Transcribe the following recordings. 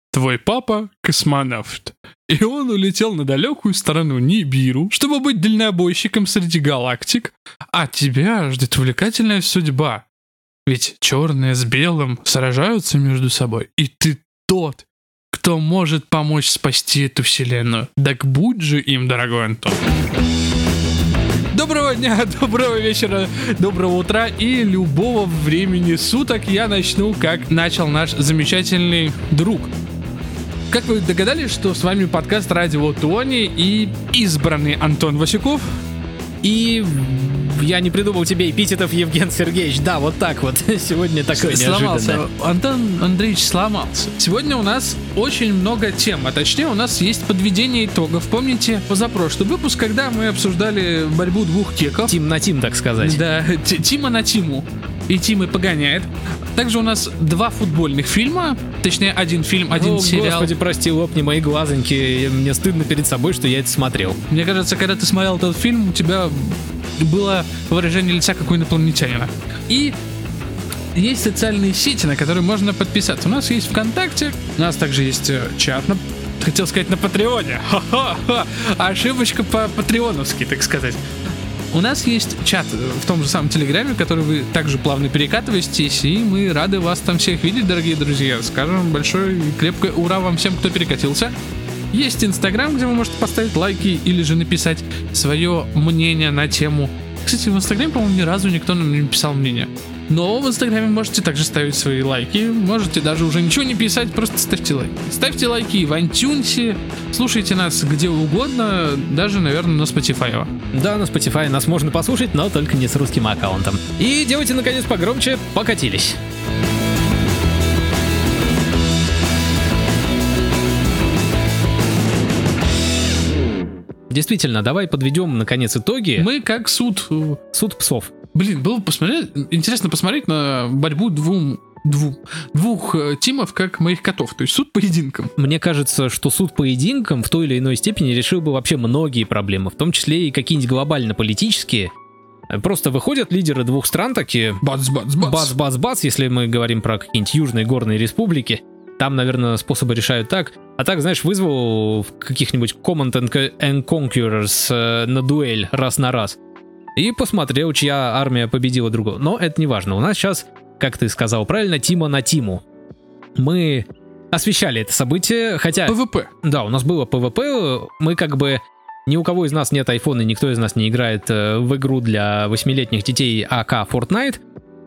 твой папа космонавт. И он улетел на далекую сторону Нибиру, чтобы быть дальнобойщиком среди галактик, а тебя ждет увлекательная судьба. Ведь черное с белым сражаются между собой, и ты тот, кто может помочь спасти эту вселенную. Так будь же им, дорогой Антон. Доброго дня, доброго вечера, доброго утра и любого времени суток. Я начну, как начал наш замечательный друг. Как вы догадались, что с вами подкаст Радио Тони и избранный Антон Васюков. И я не придумал тебе эпитетов, Евген Сергеевич. Да, вот так вот. Сегодня такой неожиданный. Сломался. Антон Андреевич сломался. Сегодня у нас очень много тем, а точнее у нас есть подведение итогов. Помните позапрошлый выпуск, когда мы обсуждали борьбу двух кеков? Тим на тим, так сказать. Да, Тима на Тиму. И Тимы погоняет. Также у нас 2 футбольных фильма. Точнее, один фильм, один сериал. Господи, прости, лопни мои глазоньки. Мне стыдно перед собой, что я это смотрел. Мне кажется, когда ты смотрел этот фильм, у тебя было выражение лица как у инопланетянина. И есть социальные сети, на которые можно подписаться. У нас есть ВКонтакте, у нас также есть чат, хотел сказать, на Патреоне. Ха-ха-ха. Ошибочка по-патреоновски, так сказать. У нас есть чат в том же самом Телеграме, в который вы также плавно перекатываетесь, и мы рады вас там всех видеть, дорогие друзья. Скажем большое и крепкое ура вам всем, кто перекатился. Есть Инстаграм, где вы можете поставить лайки или же написать свое мнение на тему. Кстати, в Инстаграме, по-моему, ни разу никто нам не написал мнение. Но в Инстаграме можете также ставить свои лайки. Можете даже уже ничего не писать, просто ставьте лайки. Ставьте лайки в iTunes, слушайте нас где угодно, даже, наверное, на Spotify. Да, на Spotify нас можно послушать, но только не с русским аккаунтом. И делайте, наконец, погромче, покатились. Действительно, давай подведем, наконец, итоги. Мы как суд псов. Блин, было посмотреть, интересно посмотреть на борьбу двух тимов, как моих котов, то есть суд поединком. Мне кажется, что суд поединком в той или иной степени решил бы вообще многие проблемы, в том числе и какие-нибудь глобально-политические. Просто выходят лидеры двух стран такие... Бац-бац-бац, если мы говорим про какие-нибудь южные горные республики. Там, наверное, способы решают так. А так, знаешь, вызвал каких-нибудь Command and Conquerors на дуэль раз на раз. И посмотрел, чья армия победила другого. Но это не важно. У нас сейчас, как ты сказал правильно, Тима на Тиму. Мы освещали это событие, хотя... ПВП. Да, у нас было ПВП. Мы как бы... Ни у кого из нас нет айфона, никто из нас не играет в игру для 8-летних детей АК Fortnite.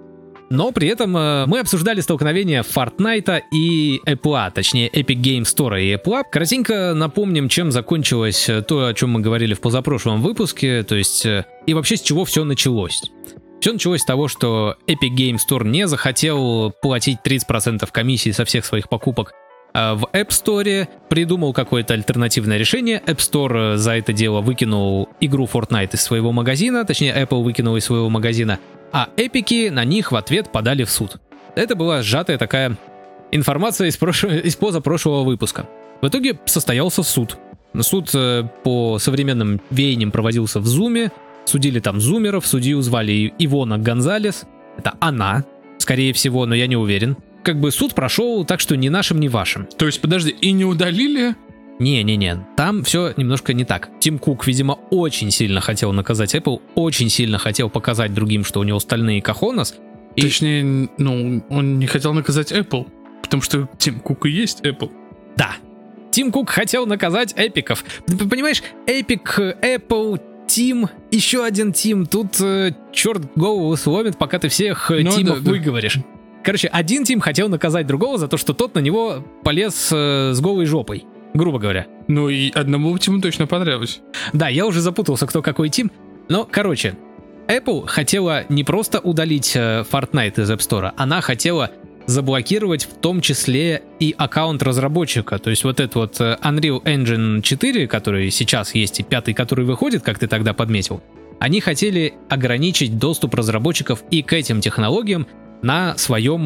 Но при этом мы обсуждали столкновение Fortnite и Apple, точнее Epic Games Store и Apple. Коротенько напомним, чем закончилось то, о чем мы говорили в позапрошлом выпуске, то есть и вообще с чего все началось. Все началось с того, что Epic Games Store не захотел платить 30% комиссии со всех своих покупок в App Store, придумал какое-то альтернативное решение. App Store за это дело выкинул игру Fortnite из своего магазина, точнее Apple выкинул из своего магазина, а эпики на них в ответ подали в суд. Это была сжатая такая информация из позапрошлого выпуска. В итоге состоялся суд. Суд по современным веяниям проводился в Зуме. Судили там зумеров, судью звали Ивона Гонзалес. Это она, скорее всего, но я не уверен. Как бы суд прошел так, что ни нашим, ни вашим. То есть, подожди, и не удалили? Не-не-не, там все немножко не так. Тим Кук, видимо, очень сильно хотел наказать Apple, очень сильно хотел показать другим, что у него стальные кохонос. Точнее, он не хотел наказать Apple, потому что Тим Кук и есть Apple. Да, Тим Кук хотел наказать эпиков. Ты понимаешь, Epic, Apple, Тим, еще один Тим. Тут черт голову сломит, пока ты всех Тимов выговоришь. Короче, один Тим хотел наказать другого за то, что тот на него полез с голой жопой. Грубо говоря. Ну и одному Тиму точно понравилось. Да, я уже запутался, кто какой Тим. Но, короче, Apple хотела не просто удалить Fortnite из App Store, она хотела заблокировать в том числе и аккаунт разработчика. То есть вот этот вот Unreal Engine 4, который сейчас есть, и 5, который выходит, как ты тогда подметил, они хотели ограничить доступ разработчиков и к этим технологиям на своем,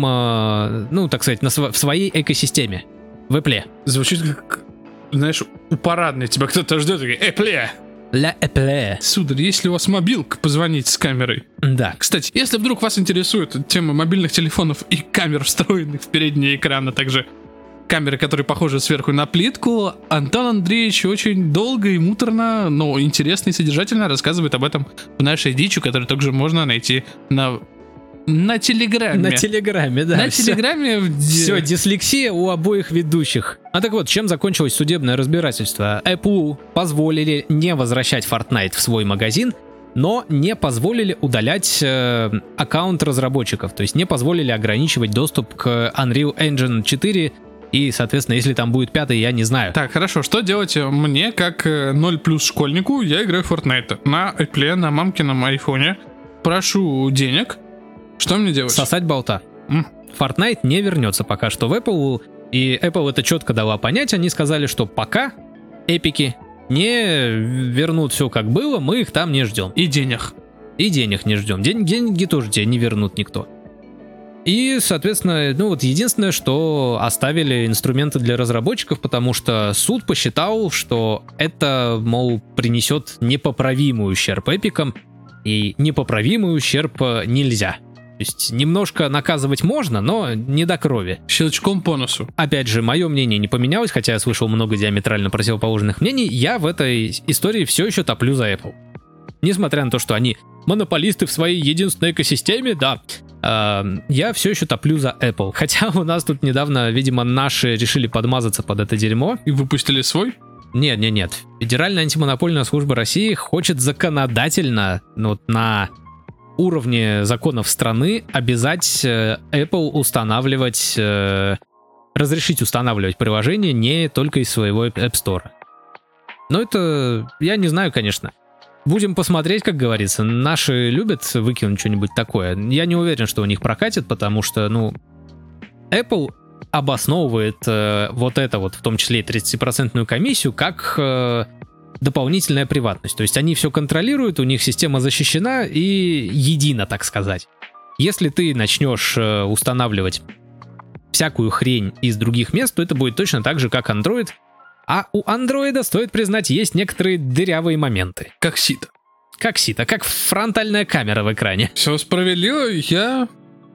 так сказать, в своей экосистеме. В Apple. Звучит как, знаешь, у парадной тебя кто-то ждет, и говорит: Apple! Ля Apple. Сударь, если у вас мобилка, позвоните с камерой. Да. Кстати, если вдруг вас интересует тема мобильных телефонов и камер, встроенных в передние экраны, а также камеры, которые похожи сверху на плитку, Антон Андреевич очень долго и муторно, но интересно и содержательно рассказывает об этом в нашей дичи, которую также можно найти на Телеграме. На Телеграме, да. На Телеграме. Все, дислексия у обоих ведущих. А так вот, чем закончилось судебное разбирательство? Apple позволили не возвращать Fortnite в свой магазин, но не позволили удалять аккаунт разработчиков. То есть не позволили ограничивать доступ к Unreal Engine 4. И, соответственно, если там будет 5-й, я не знаю. Так, хорошо, что делать мне, как 0+ школьнику? Я играю в Fortnite на Apple, на мамкином айфоне. Прошу денег. Что мне делать? Сосать болта. Fortnite не вернется пока что в Apple. И Apple это четко дала понять. Они сказали, что пока эпики не вернут все как было, мы их там не ждем. И денег. И денег не ждем. Деньги тоже тебе не вернут никто. И, соответственно, ну вот единственное, что оставили инструменты для разработчиков, потому что суд посчитал, что это, мол, принесет непоправимый ущерб эпикам, и непоправимый ущерб нельзя. То есть немножко наказывать можно, но не до крови. Щелчком по носу. Опять же, мое мнение не поменялось, хотя я слышал много диаметрально противоположных мнений. Я в этой истории все еще топлю за Apple. Несмотря на то, что они монополисты в своей единственной экосистеме, да, я все еще топлю за Apple. Хотя у нас тут недавно, видимо, наши решили подмазаться под это дерьмо. И выпустили свой? Нет. Федеральная антимонопольная служба России хочет законодательно, ну, на уровне законов страны обязать Apple устанавливать, разрешить устанавливать приложения не только из своего App Store. Но это, я не знаю, конечно. Будем посмотреть, как говорится. Наши любят выкинуть что-нибудь такое. Я не уверен, что у них прокатит, потому что, ну, Apple обосновывает вот это вот, в том числе и 30% комиссию, как дополнительная приватность. То есть они все контролируют, у них система защищена и едина, так сказать. Если ты начнешь устанавливать всякую хрень из других мест, то это будет точно так же, как Android. А у Android, стоит признать, есть некоторые дырявые моменты. Как сито. Как сито, как фронтальная камера в экране. Все справедливо, я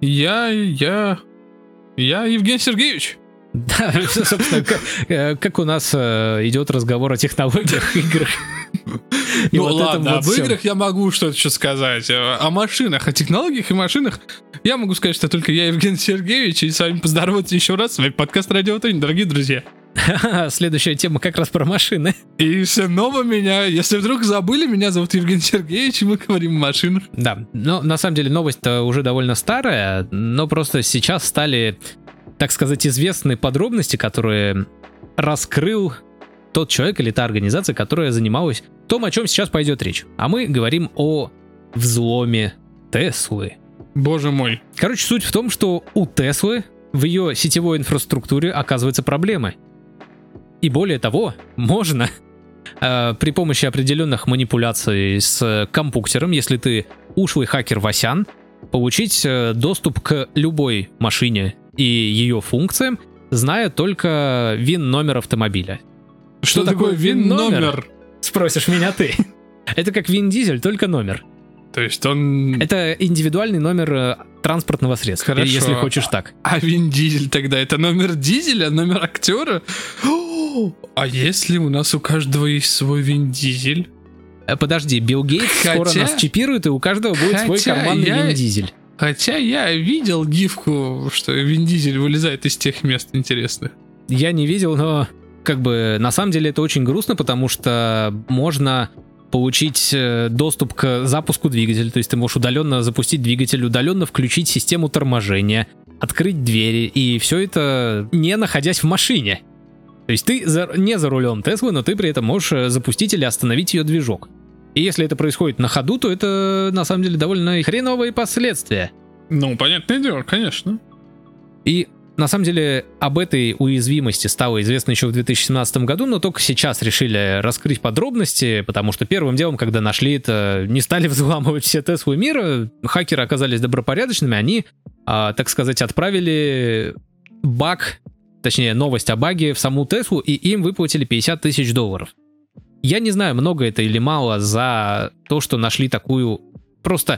Евгений Сергеевич. Да, собственно, как у нас идет разговор о технологиях игр. Ну ладно, об играх я могу что-то еще сказать. О машинах, о технологиях и машинах я могу сказать, что только я, Евгений Сергеевич, и с вами поздороваться еще раз. С вами подкаст Радио Тонь, дорогие друзья. Следующая тема как раз про машины. И снова меня, если вдруг забыли, меня зовут Евгений Сергеевич, и мы говорим о машинах. Да, но на самом деле новость-то уже довольно старая, но просто сейчас стали, так сказать, известны подробности, которые раскрыл тот человек или та организация, которая занималась том, о чем сейчас пойдет речь. А мы говорим о взломе Теслы. Боже мой. Короче, суть в том, что у Теслы в ее сетевой инфраструктуре оказываются проблемы. И более того, можно при помощи определенных манипуляций с компьютером, если ты ушлый хакер Васян, получить доступ к любой машине и ее функциям, зная только ВИН-номер автомобиля. Что такое ВИН-номер? Спросишь меня ты. Это как Вин Дизель, только номер. То есть он... Это индивидуальный номер транспортного средства, Хорошо. Если хочешь так. А Вин Дизель тогда это номер Дизеля, номер актера? А если у нас у каждого есть свой Вин Дизель? Подожди, Билл Гейтс скоро нас чипирует, и у каждого будет свой карманный Вин Дизель. Хотя я видел гифку, что Вин Дизель вылезает из тех мест интересных. Я не видел, но как бы на самом деле это очень грустно, потому что можно получить доступ к запуску двигателя, то есть ты можешь удаленно запустить двигатель, удаленно включить систему торможения, открыть двери, и все это не находясь в машине. То есть ты не за рулем Теслы, но ты при этом можешь запустить или остановить ее движок. И если это происходит на ходу, то это на самом деле довольно хреновые последствия. Ну, понятное дело, конечно. И на самом деле об этой уязвимости стало известно еще в 2017 году, но только сейчас решили раскрыть подробности, потому что первым делом, когда нашли это, не стали взламывать все Теслы мира, хакеры оказались добропорядочными, они, так сказать, отправили баг, точнее новость о баге в саму Теслу, и им выплатили $50 тысяч. Я не знаю, много это или мало за то, что нашли такую просто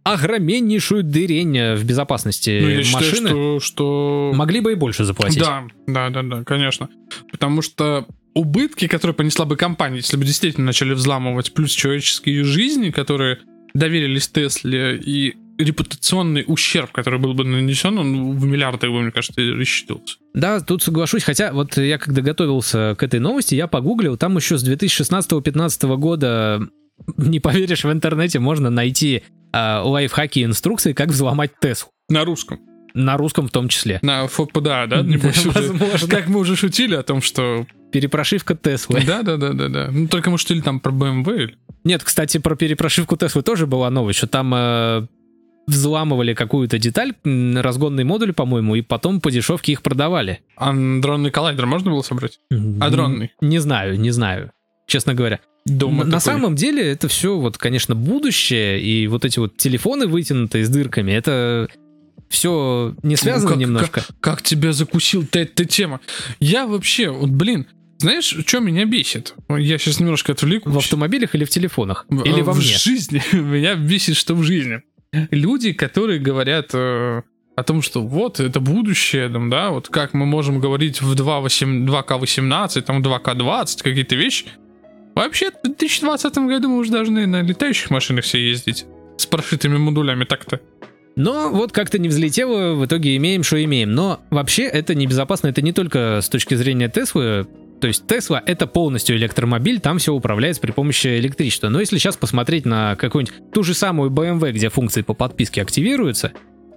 огромнейшую дырень в безопасности я машины. считаю, что... Могли бы и больше заплатить. Да, конечно. Потому что убытки, которые понесла бы компания, если бы действительно начали взламывать, плюс человеческие жизни, которые доверились Тесле, и репутационный ущерб, который был бы нанесен, он в миллиарды, мне кажется, рассчитывался. Да, тут соглашусь, хотя вот я когда готовился к этой новости, я погуглил, там еще с 2016-2015 года, не поверишь, в интернете можно найти лайфхаки и инструкции, как взломать Теслу. На русском. На русском в том числе. На ФПДА, да? Возможно. Как мы уже шутили о том, что... Перепрошивка Теслы. Да. Ну, только мы шутили там про BMW. Нет, кстати, про перепрошивку Теслы тоже была новость, что там взламывали какую-то деталь, разгонный модуль, по-моему, и потом по дешевке их продавали. А дронный коллайдер можно было собрать? Адронный? Не знаю, честно говоря. На самом деле это все, вот, конечно, будущее, и вот эти вот телефоны вытянутые с дырками, это все не связано немножко. Как тебя закусил-то эта тема? Я вообще, вот, знаешь, что меня бесит? Я сейчас немножко отвлекусь. В автомобилях или в телефонах? Или во мне? В жизни. Меня бесит, что в жизни. Люди, которые говорят о том, что вот, это будущее, там, да, вот как мы можем говорить в 2К18, там, 2К20, какие-то вещи. Вообще, в 2020 году мы уже должны на летающих машинах все ездить. С прошитыми модулями так-то. Но вот как-то не взлетело, в итоге имеем, что имеем. Но вообще это небезопасно, это не только с точки зрения Теслы. То есть Тесла — это полностью электромобиль, там все управляется при помощи электричества. Но если сейчас посмотреть на какую-нибудь ту же самую BMW, где функции по подписке активируются,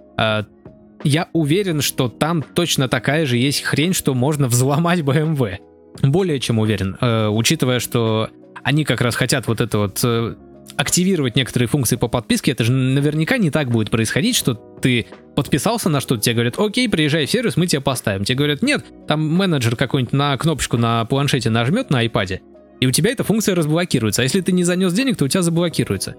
я уверен, что там точно такая же есть хрень, что можно взломать BMW. Более чем уверен, учитывая, что они как раз хотят вот это вот активировать некоторые функции по подписке. Это же наверняка не так будет происходить, что ты подписался на что-то, тебе говорят: окей, приезжай в сервис, мы тебе поставим. Тебе говорят: нет, там менеджер какой-нибудь на кнопочку на планшете нажмет на iPad, и у тебя эта функция разблокируется. А если ты не занес денег, то у тебя заблокируется.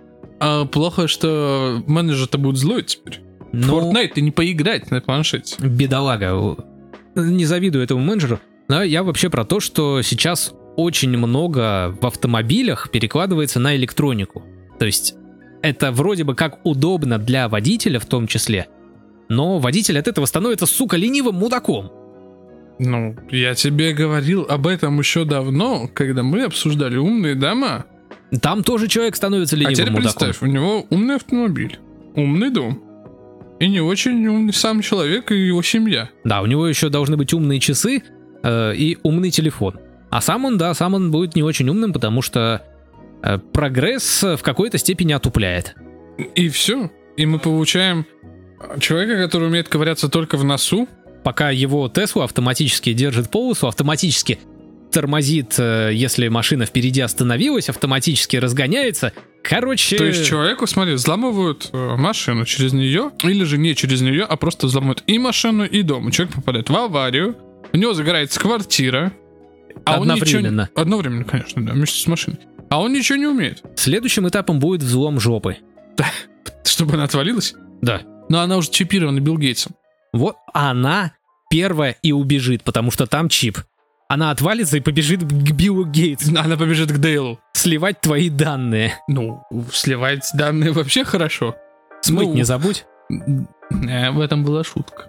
А плохо, что менеджер-то будет злой теперь. Fortnite не поиграть на планшете. Бедолага. Не завидую этому менеджеру. Но я вообще про то, что сейчас очень много в автомобилях перекладывается на электронику. То есть это вроде бы как удобно для водителя в том числе, но водитель от этого становится, сука, ленивым мудаком. Ну, я тебе говорил об этом еще давно, когда мы обсуждали умные дома. Там тоже человек становится ленивым мудаком. А теперь представь, у него умный автомобиль, умный дом. И не очень умный сам человек и его семья. Да, у него еще должны быть умные часы и умный телефон. А сам он будет не очень умным, потому что прогресс в какой-то степени отупляет. И все. И мы получаем человека, который умеет ковыряться только в носу. Пока его Теслу автоматически держит полосу, автоматически тормозит, если машина впереди остановилась, автоматически разгоняется. Короче... То есть человеку, смотри, взламывают машину через нее, или же не через нее, а просто взламывают и машину, и дом. Человек попадает в аварию, у него загорается квартира. А одновременно. Одновременно, конечно, да, вместе с машиной. А он ничего не умеет. Следующим этапом будет взлом жопы. Чтобы она отвалилась? Да. Но она уже чипирована Билл Гейтсом. Вот она первая и убежит, потому что там чип. Она отвалится и побежит к Биллу Гейтсу. Она побежит к Дейлу. Сливать твои данные. Ну, сливать данные вообще хорошо. Смыть не забудь. В этом была шутка.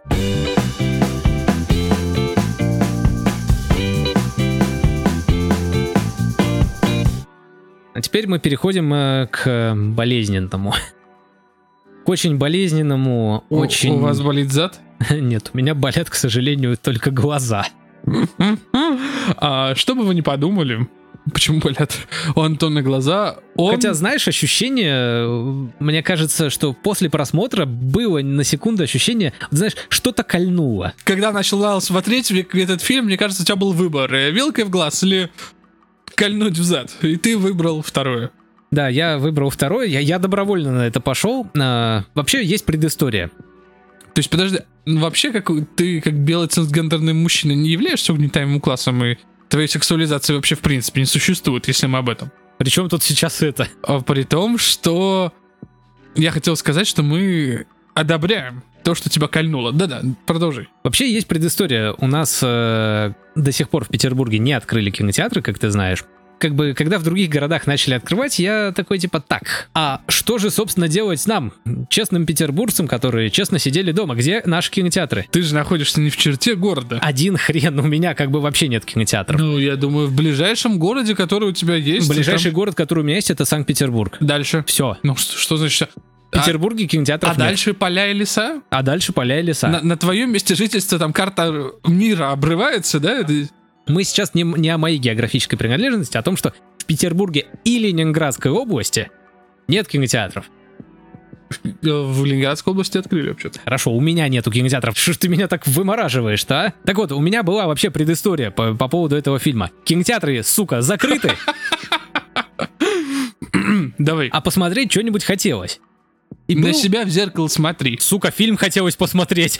А теперь мы переходим к болезненному. К очень болезненному, очень... У вас болит зад? Нет, у меня болят, к сожалению, только глаза. Что бы вы ни подумали, почему болят у Антона глаза? Хотя, знаешь, ощущение, мне кажется, что после просмотра было на секунду ощущение, знаешь, что-то кольнуло. Когда начал смотреть этот фильм, мне кажется, у тебя был выбор: вилкой в глаз или кольнуть в зад. И ты выбрал второе. Да, я выбрал второе, я добровольно на это пошел. Вообще есть предыстория. То есть, подожди, вообще ты как белый цисгендерный мужчина не являешься угнетаемым классом, и твоей сексуализации вообще в принципе не существует, если мы об этом. Причем тут сейчас это? При том, что я хотел сказать, что мы одобряем то, что тебя кольнуло. Да-да, продолжи. Вообще есть предыстория. У нас до сих пор в Петербурге не открыли кинотеатры, как ты знаешь. как бы, когда в других городах начали открывать, я такой типа, так, а что же, собственно, делать нам, честным петербуржцам, которые честно сидели дома? Где наши кинотеатры? Ты же находишься не в черте города. Один хрен, у меня как бы вообще нет кинотеатров. Ну, я думаю, в ближайшем городе, который у тебя есть. Ближайший город, который у меня есть, это Санкт-Петербург. Дальше. Все. Ну, что значит? В Петербурге кинотеатров нет. Дальше поля и леса? А дальше поля и леса. На твоем месте жительства там карта мира обрывается, да? Мы сейчас не о моей географической принадлежности, а о том, что в Петербурге и Ленинградской области нет кинотеатров. В Ленинградской области открыли вообще-то. Хорошо, у меня нету кинотеатров. Что ж ты меня так вымораживаешь-то, а? Так вот, у меня была вообще предыстория по поводу этого фильма. Кинотеатры, сука, закрыты. Давай. А посмотреть что-нибудь хотелось. И на себя в зеркало смотри. Сука, фильм хотелось посмотреть.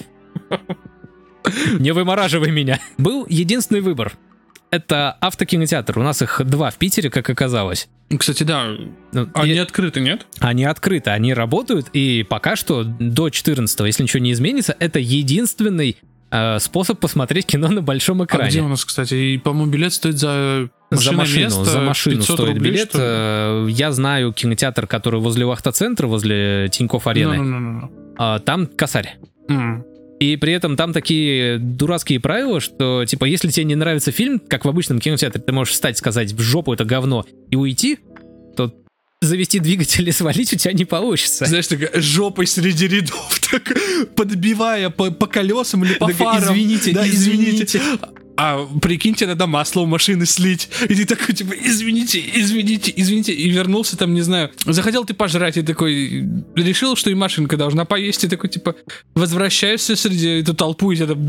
Не вымораживай меня. Был единственный выбор. Это автокинотеатр. У нас их 2 в Питере, как оказалось. Кстати, да. Они открыты, нет? Они открыты, они работают. И пока что до 14-го, если ничего не изменится, это единственный способ посмотреть кино на большом экране. А где у нас, кстати? И, по-моему, билет стоит за машину стоит билет. Я знаю кинотеатр, который возле Вахта-центра, возле Тинькофф-арены. Там косарь. И при этом там такие дурацкие правила, что, типа, если тебе не нравится фильм, как в обычном кинотеатре, ты можешь встать, сказать «в жопу это говно» и уйти, то завести двигатель и свалить у тебя не получится. Знаешь, так жопой среди рядов, так подбивая по колесам или по фарам. Извините. А прикиньте, надо масло у машины слить. И ты такой, типа, извините. И вернулся там, не знаю. Захотел ты пожрать, и такой, решил, что и машинка должна поесть. И такой, типа, возвращаешься среди эту толпу, и тебя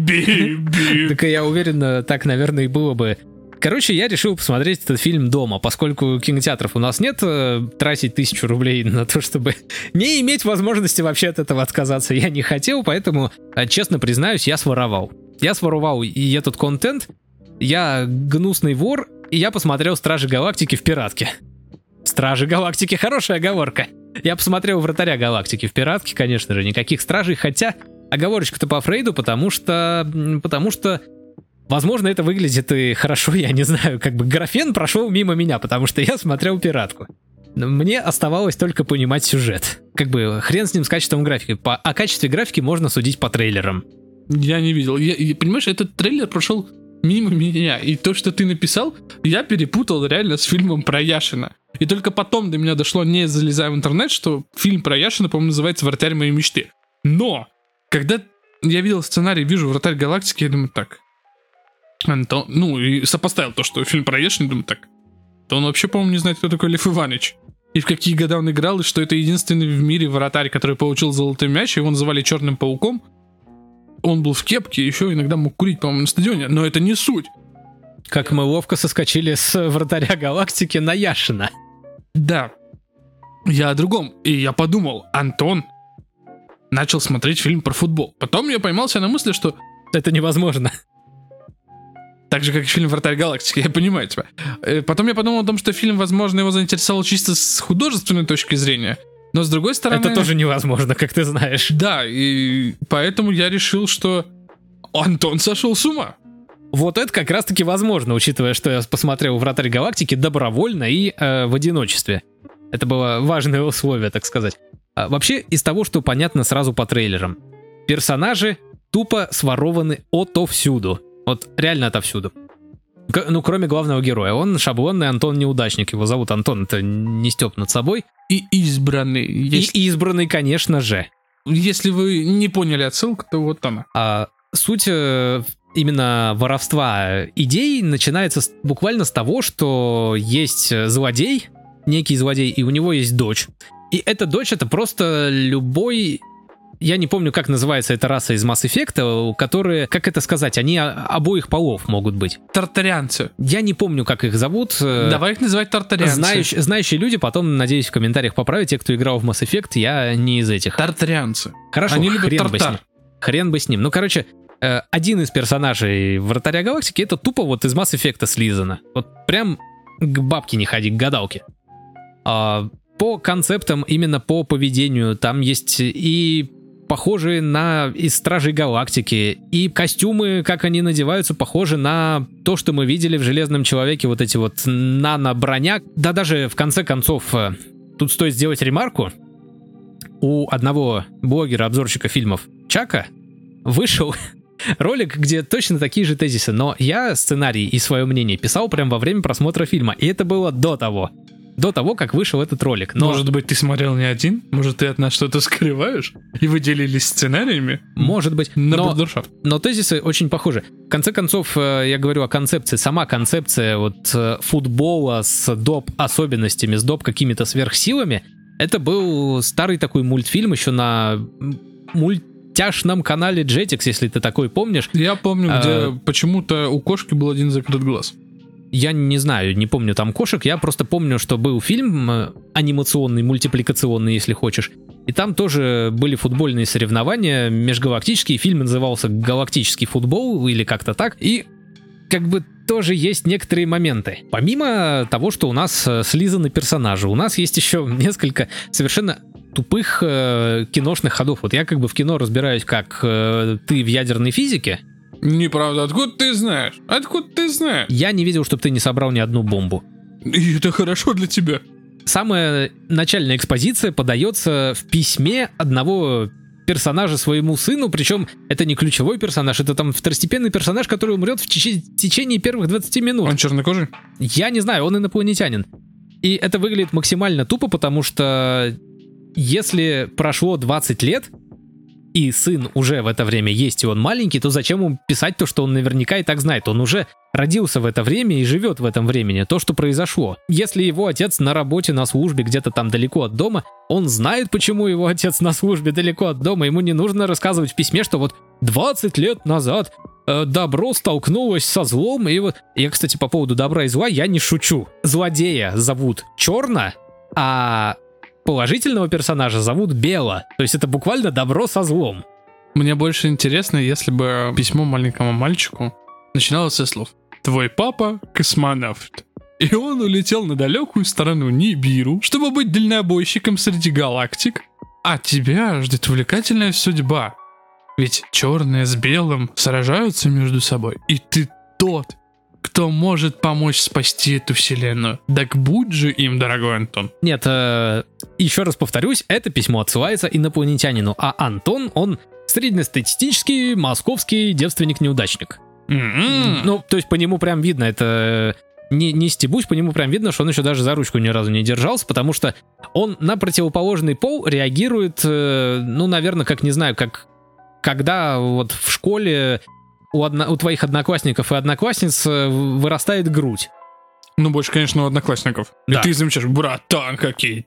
би. Так я уверен, так, наверное, и было бы. Короче, я решил посмотреть этот фильм дома, поскольку кинотеатров у нас нет, тратить 1000 рублей на то, чтобы не иметь возможности вообще от этого отказаться я не хотел, поэтому, честно признаюсь, я своровал. Я своровал и этот контент, я гнусный вор, и я посмотрел «Стражи Галактики» в пиратке. «Стражи Галактики» — хорошая оговорка. Я посмотрел «Вратаря Галактики» в пиратке, конечно же, никаких стражей, хотя оговорочка-то по Фрейду, потому что, возможно, это выглядит и хорошо, я не знаю, как бы графен прошел мимо меня, потому что я смотрел пиратку. Но мне оставалось только понимать сюжет. Как бы хрен с ним с качеством графики. О качестве графики можно судить по трейлерам. Я не видел. Понимаешь, этот трейлер прошел мимо меня. И то, что ты написал, я перепутал реально с фильмом про Яшина. И только потом до меня дошло, не залезая в интернет, что фильм про Яшина, по-моему, называется «Вратарь моей мечты». Но, когда я видел сценарий, вижу «Вратарь галактики», я думаю, так, Антон, и сопоставил то, что фильм про Яшина, думаю, так, то он вообще, по-моему, не знает, кто такой Лев Иванович. И в какие года он играл, и что это единственный в мире вратарь, который получил золотой мяч, его называли Черным пауком. Он был в кепке, еще иногда мог курить, по-моему, на стадионе, но это не суть. Как мы ловко соскочили с «Вратаря Галактики» на Яшина. Да, я о другом. И я подумал, Антон начал смотреть фильм про футбол. Потом я поймался на мысли, что это невозможно. Так же, как и фильм «Вратарь Галактики», я понимаю тебя. Потом я подумал о том, что фильм, возможно, его заинтересовал чисто с художественной точки зрения. Но с другой стороны... Это тоже невозможно, как ты знаешь. Да, и поэтому я решил, что Антон сошел с ума. Вот это как раз-таки возможно, учитывая, что я посмотрел «Вратарь Галактики» добровольно и в одиночестве. Это было важное условие, так сказать. Вообще, из того, что понятно сразу по трейлерам. Персонажи тупо сворованы отовсюду. Вот реально отовсюду. Кроме главного героя. Он шаблонный Антон-неудачник. Его зовут Антон, это не стёб над собой. И избранный. И избранный, конечно же. Если вы не поняли отсылку, то вот она. Суть именно воровства идей начинается буквально с того, что есть злодей, некий злодей, и у него есть дочь. И эта дочь — это просто любой... Я не помню, как называется эта раса из Mass Effect, которые, как это сказать, они обоих полов могут быть. Тартарианцы. Я не помню, как их зовут. Давай их называть тартарианцы. Знающие люди потом, надеюсь, в комментариях поправят. Те, кто играл в Mass Effect, я не из этих. Тартарианцы. Хорошо, они любят тартар. Хрен бы с ним. Короче, один из персонажей Вратаря Галактики — это тупо вот из Mass Effect слизано. Вот прям к бабке не ходи, к гадалке. По концептам, именно по поведению, там есть и похожи на из Стражей Галактики, и костюмы, как они надеваются, похожи на то, что мы видели в Железном Человеке, вот эти вот нано-броня. Да даже в конце концов, тут стоит сделать ремарку, у одного блогера-обзорщика фильмов Чака вышел ролик, где точно такие же тезисы, но я сценарий и свое мнение писал прямо во время просмотра фильма, и это было до того, как вышел этот ролик. Но... Может быть, ты смотрел не один? Может, ты от нас что-то скрываешь? И вы делились сценариями? Может быть. Но тезисы очень похожи. В конце концов, я говорю о концепции. Сама концепция вот футбола с доп. Особенностями, с доп. Какими-то сверхсилами, это был старый такой мультфильм еще на мультяшном канале Jetix, если ты такой помнишь. Я помню, где почему-то у кошки был один закрыт глаз. Я не знаю, не помню там кошек, я просто помню, что был фильм анимационный, мультипликационный, если хочешь, и там тоже были футбольные соревнования межгалактические, фильм назывался «Галактический футбол» или как-то так, и как бы тоже есть некоторые моменты. Помимо того, что у нас слизаны персонажи, у нас есть еще несколько совершенно тупых киношных ходов. Вот я как бы в кино разбираюсь, как ты в ядерной физике. Неправда, откуда ты знаешь? Откуда ты знаешь? Я не видел, чтобы ты не собрал ни одну бомбу. И это хорошо для тебя. Самая начальная экспозиция подается в письме одного персонажа своему сыну, причем это не ключевой персонаж, это там второстепенный персонаж, который умрет в течение первых 20 минут. Он чернокожий? Я не знаю, он инопланетянин. И это выглядит максимально тупо, потому что если прошло 20 лет, и сын уже в это время есть, и он маленький, то зачем ему писать то, что он наверняка и так знает? Он уже родился в это время и живет в этом времени, то, что произошло. Если его отец на работе, на службе, где-то там далеко от дома, он знает, почему его отец на службе далеко от дома, ему не нужно рассказывать в письме, что вот 20 лет назад добро столкнулось со злом, и вот... Я, кстати, по поводу добра и зла, я не шучу. Злодея зовут Черно, а... положительного персонажа зовут Бело. То есть это буквально добро со злом. Мне больше интересно, если бы письмо маленькому мальчику начиналось со слов: «Твой папа космонавт, и он улетел на далекую сторону Нибиру, чтобы быть дальнобойщиком среди галактик, а тебя ждет увлекательная судьба. Ведь черное с белым сражаются между собой, и ты тот, кто может помочь спасти эту вселенную. Так будь же им, дорогой Антон». Нет, еще раз повторюсь, это письмо отсылается инопланетянину, а Антон, он среднестатистический московский девственник-неудачник. Ну, то есть по нему прям видно, это... Не стебусь, по нему прям видно, что он еще даже за ручку ни разу не держался, потому что он на противоположный пол реагирует, ну, наверное, как, не знаю, как когда вот в школе у твоих одноклассников и одноклассниц вырастает грудь. Ну, больше, конечно, у одноклассников. Да. И ты замечаешь: братан, какие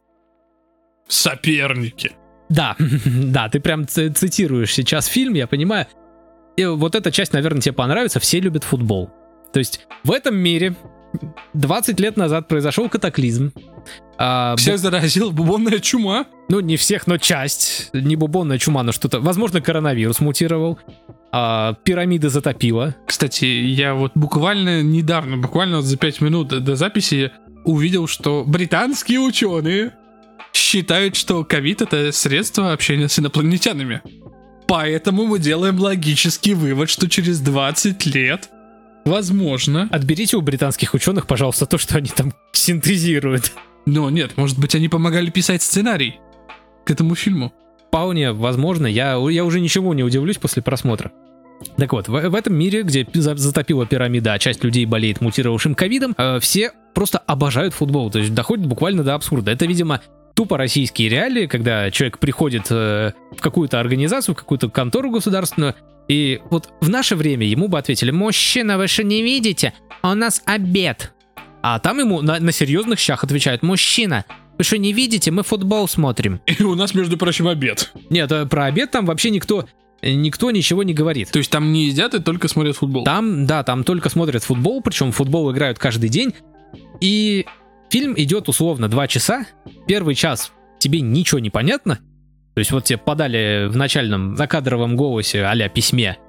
соперники. Да, да, ты прям цитируешь сейчас фильм, я понимаю. И вот эта часть, наверное, тебе понравится. Все любят футбол. То есть в этом мире 20 лет назад произошел катаклизм. Всех заразила бубонная чума. Ну, не всех, но часть. Не бубонная чума, но что-то. Возможно, коронавирус мутировал. Пирамиды затопило. Кстати, я вот буквально недавно, буквально вот за 5 минут до записи увидел, что британские ученые считают, что ковид — это средство общения с инопланетянами. Поэтому мы делаем логический вывод, что через 20 лет, возможно... Отберите у британских ученых, пожалуйста, то, что они там синтезируют. Но нет, может быть, они помогали писать сценарий к этому фильму. Вполне возможно, я уже ничему не удивлюсь после просмотра. Так вот, в этом мире, где затопила пирамида, а часть людей болеет мутировавшим ковидом, все просто обожают футбол, то есть доходит буквально до абсурда. Это, видимо, тупо российские реалии, когда человек приходит в какую-то организацию, в какую-то контору государственную, и вот в наше время ему бы ответили: «Мужчина, вы что не видите? У нас обед». А там ему на серьезных щах отвечают: «Мужчина, вы что не видите? Мы футбол смотрим». И у нас, между прочим, обед. Нет, про обед там вообще никто ничего не говорит. То есть там не едят и только смотрят футбол? Там только смотрят футбол, причем в футбол играют каждый день. И фильм идет условно 2 часа. Первый час тебе ничего не понятно. То есть вот тебе подали в начальном закадровом голосе а-ля письме: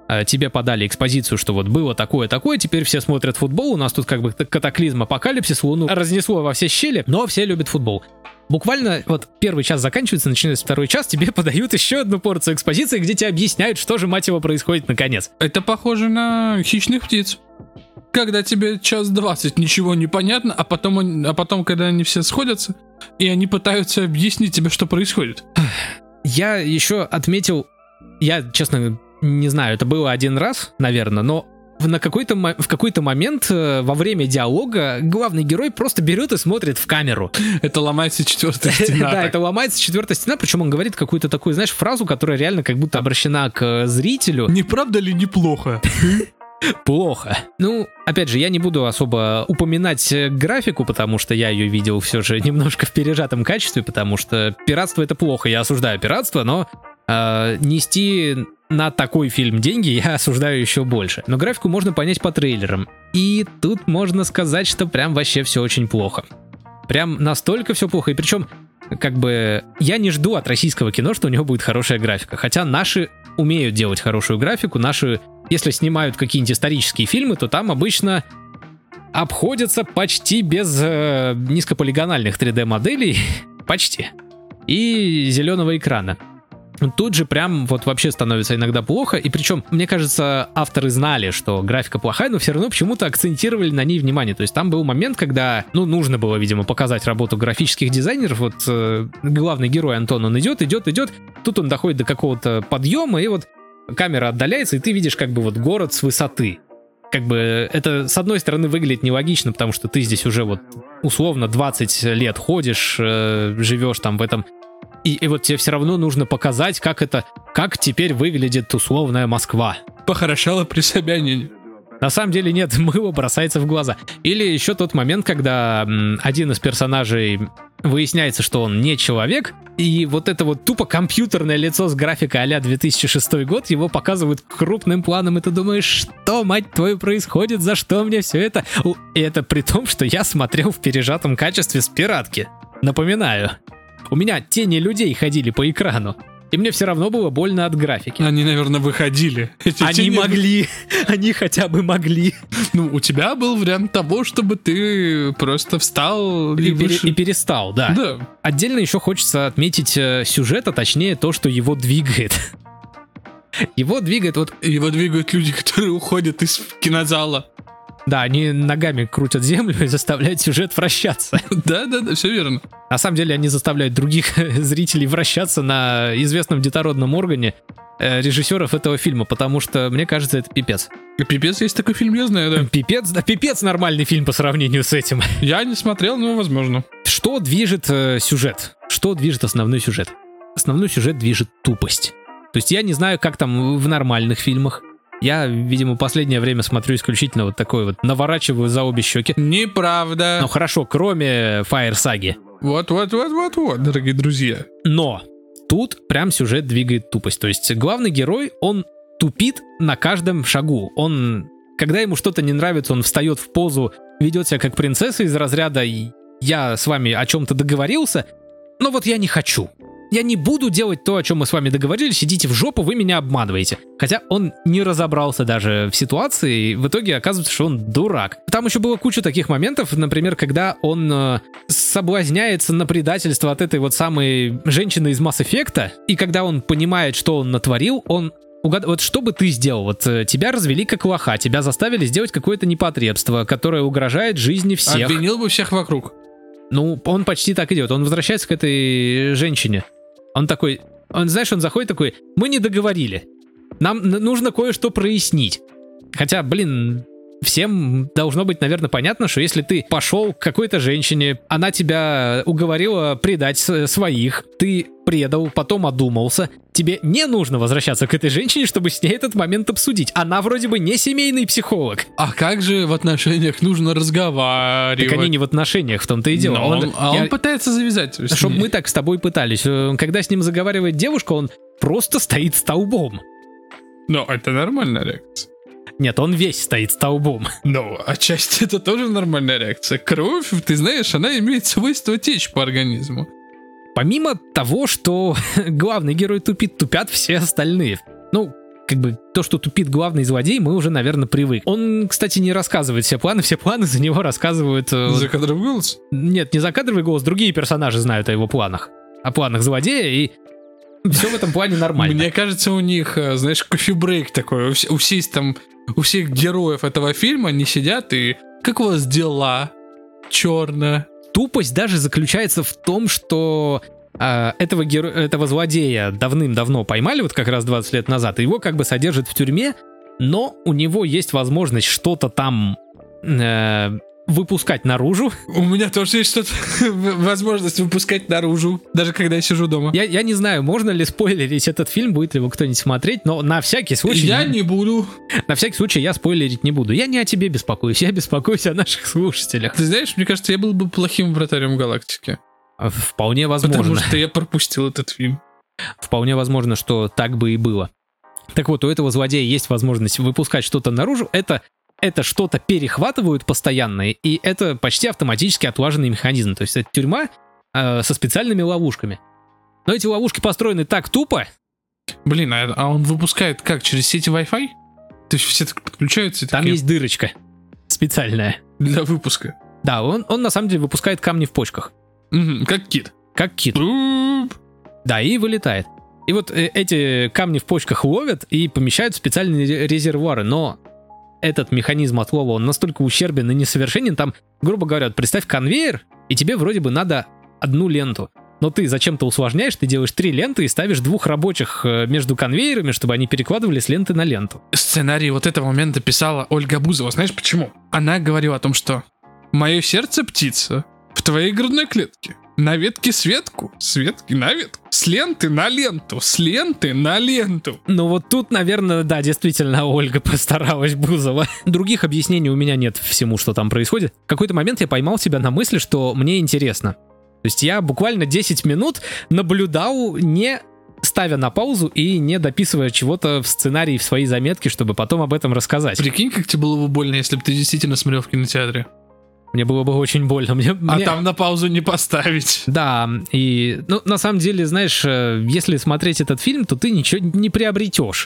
тебе подали экспозицию, что вот было такое-такое, теперь все смотрят футбол, у нас тут как бы катаклизм, апокалипсис, Луну разнесло во все щели, но все любят футбол. Буквально вот первый час заканчивается, начинается второй час, тебе подают еще одну порцию экспозиции, где тебе объясняют, что же, мать его, происходит наконец. Это похоже на «Хищных птиц». Когда тебе 1:20 ничего не понятно, а потом, когда они все сходятся, и они пытаются объяснить тебе, что происходит. Я еще отметил, я, честно, не знаю, это было один раз, наверное, но в какой-то момент во время диалога главный герой просто берет и смотрит в камеру. Это ломается четвертая стена. Да, это ломается четвертая стена, причем он говорит какую-то такую, знаешь, фразу, которая реально как будто обращена к зрителю. Не правда ли неплохо? Плохо. Ну, опять же, я не буду особо упоминать графику, потому что я ее видел все же немножко в пережатом качестве, потому что пиратство — это плохо, я осуждаю пиратство, но нести на такой фильм деньги я осуждаю еще больше. Но графику можно понять по трейлерам. И тут можно сказать, что прям вообще все очень плохо. Прям настолько все плохо. И причем, как бы, я не жду от российского кино, что у него будет хорошая графика. Хотя наши умеют делать хорошую графику. Наши, если снимают какие-нибудь исторические фильмы, то там обычно обходятся почти без низкополигональных 3D-моделей. Почти. И зеленого экрана. Тут же прям вот вообще становится иногда плохо, и причем, мне кажется, авторы знали, что графика плохая, но все равно почему-то акцентировали на ней внимание. То есть там был момент, когда, нужно было, видимо, показать работу графических дизайнеров. Вот главный герой Антон, он идет, тут он доходит до какого-то подъема, и вот камера отдаляется, и ты видишь как бы вот город с высоты. Как бы это, с одной стороны, выглядит нелогично, потому что ты здесь уже вот условно 20 лет ходишь, живешь там в этом. И вот тебе все равно нужно показать, как теперь выглядит условная Москва. Похорошело при Собянине. На самом деле нет, мыло бросается в глаза. Или еще тот момент, когда один из персонажей выясняется, что он не человек, и вот это вот тупо компьютерное лицо с графикой а-ля 2006 год, его показывают крупным планом, и ты думаешь, что, мать твою, происходит, за что мне все это? И это при том, что я смотрел в пережатом качестве с пиратки. Напоминаю. У меня тени людей ходили по экрану, и мне все равно было больно от графики. Они, наверное, выходили. Они могли, они хотя бы могли. У тебя был вариант того, чтобы ты просто встал и перестал, да. Отдельно еще хочется отметить сюжет, а точнее то, что его двигает. Его двигают люди, которые уходят из кинозала. Да, они ногами крутят землю и заставляют сюжет вращаться. Да, все верно. На самом деле они заставляют других зрителей вращаться на известном детородном органе режиссеров этого фильма, потому что, мне кажется, это пипец. Пипец, есть такой фильм, я знаю, да. Пипец нормальный фильм по сравнению с этим. Я не смотрел, но возможно. Что движет сюжет? Что движет основной сюжет? Основной сюжет движет тупость. То есть я не знаю, как там в нормальных фильмах. Я, видимо, последнее время смотрю исключительно вот такой вот, наворачиваю за обе щеки. Неправда. Ну хорошо, кроме Fire Saga. Вот, дорогие друзья. Но тут прям сюжет двигает тупость. То есть главный герой, он тупит на каждом шагу. Когда ему что-то не нравится, он встает в позу, ведет себя как принцесса из разряда «я с вами о чем-то договорился, но вот я не хочу». Я не буду делать то, о чем мы с вами договорились, идите в жопу, вы меня обманываете. Хотя он не разобрался даже в ситуации, и в итоге оказывается, что он дурак. Там еще было куча таких моментов, например, когда он соблазняется на предательство от этой вот самой женщины из Mass Effect, и когда он понимает, что он натворил, вот что бы ты сделал? Вот тебя развели как лоха, тебя заставили сделать какое-то непотребство, которое угрожает жизни всех. Обвинил бы всех вокруг. Он почти так и делает. Он возвращается к этой женщине. Он заходит такой, мы не договорили. Нам нужно кое-что прояснить. Хотя, всем должно быть, наверное, понятно, что если ты пошел к какой-то женщине, она тебя уговорила предать своих, ты предал, потом одумался, тебе не нужно возвращаться к этой женщине, чтобы с ней этот момент обсудить. Она вроде бы не семейный психолог. А как же в отношениях нужно разговаривать? Так они не в отношениях, в том-то и дело. Он пытается завязать. Чтобы мы так с тобой пытались. Когда с ним заговаривает девушка, он просто стоит столбом. Но это нормальная реакция. Нет, он весь стоит столбом. Отчасти это тоже нормальная реакция. Кровь, ты знаешь, она имеет свойство течь по организму. Помимо того, что главный герой тупит, тупят все остальные. как бы то, что тупит главный злодей, мы уже, наверное, привык. Он, кстати, не рассказывает все планы за него рассказывают... Закадровый голос? Нет, не закадровый голос, другие персонажи знают о его планах. О планах злодея, и все в этом плане нормально. Мне кажется, у них, знаешь, кофе-брейк такой. У всех героев этого фильма они сидят и... Как у вас дела? Черно. Тупость даже заключается в том, что этого злодея давным-давно поймали, вот как раз 20 лет назад, и его как бы содержат в тюрьме, но у него есть возможность что-то там выпускать наружу. У меня тоже есть что-то, возможность выпускать наружу, даже когда я сижу дома. Я не знаю, можно ли спойлерить этот фильм, будет ли его кто-нибудь смотреть, но на всякий случай... Я не буду. На всякий случай я спойлерить не буду. Я не о тебе беспокоюсь, я беспокоюсь о наших слушателях. Ты знаешь, мне кажется, я был бы плохим вратарем галактики. Вполне возможно. Потому что я пропустил этот фильм. Вполне возможно, что так бы и было. Так вот, у этого злодея есть возможность выпускать что-то наружу. Это что-то перехватывают постоянно, и это почти автоматически отлаженный механизм. То есть это тюрьма со специальными ловушками. Но эти ловушки построены так тупо. Блин, а он выпускает как? Через сети Wi-Fi? То есть все так подключаются? Там есть дырочка специальная. Для выпуска? Да, он на самом деле выпускает камни в почках. Как кит. Как кит. Да, и вылетает. И вот эти камни в почках ловят и помещают в специальные резервуары, но... Этот механизм отлова, он настолько ущербен и несовершенен, там, грубо говоря, представь конвейер, и тебе вроде бы надо одну ленту. Но ты зачем-то усложняешь, ты делаешь 3 ленты и ставишь 2 рабочих между конвейерами, чтобы они перекладывали с ленты на ленту. Сценарий вот этого момента писала Ольга Бузова. Знаешь почему? Она говорила о том, что «Мое сердце птица в твоей грудной клетке. На ветке с ветки на ветку, с ленты на ленту, с ленты на ленту». Ну вот тут, наверное, да, действительно Ольга постаралась, Бузова. Других объяснений у меня нет всему, что там происходит. В какой-то момент я поймал себя на мысли, что мне интересно. То есть я буквально 10 минут наблюдал, не ставя на паузу и не дописывая чего-то в сценарии, в свои заметки, чтобы потом об этом рассказать. Прикинь, как тебе было бы больно, если бы ты действительно смотрел в кинотеатре. Мне было бы очень больно. Там на паузу не поставить. Да, и на самом деле, знаешь, если смотреть этот фильм, то ты ничего не приобретешь.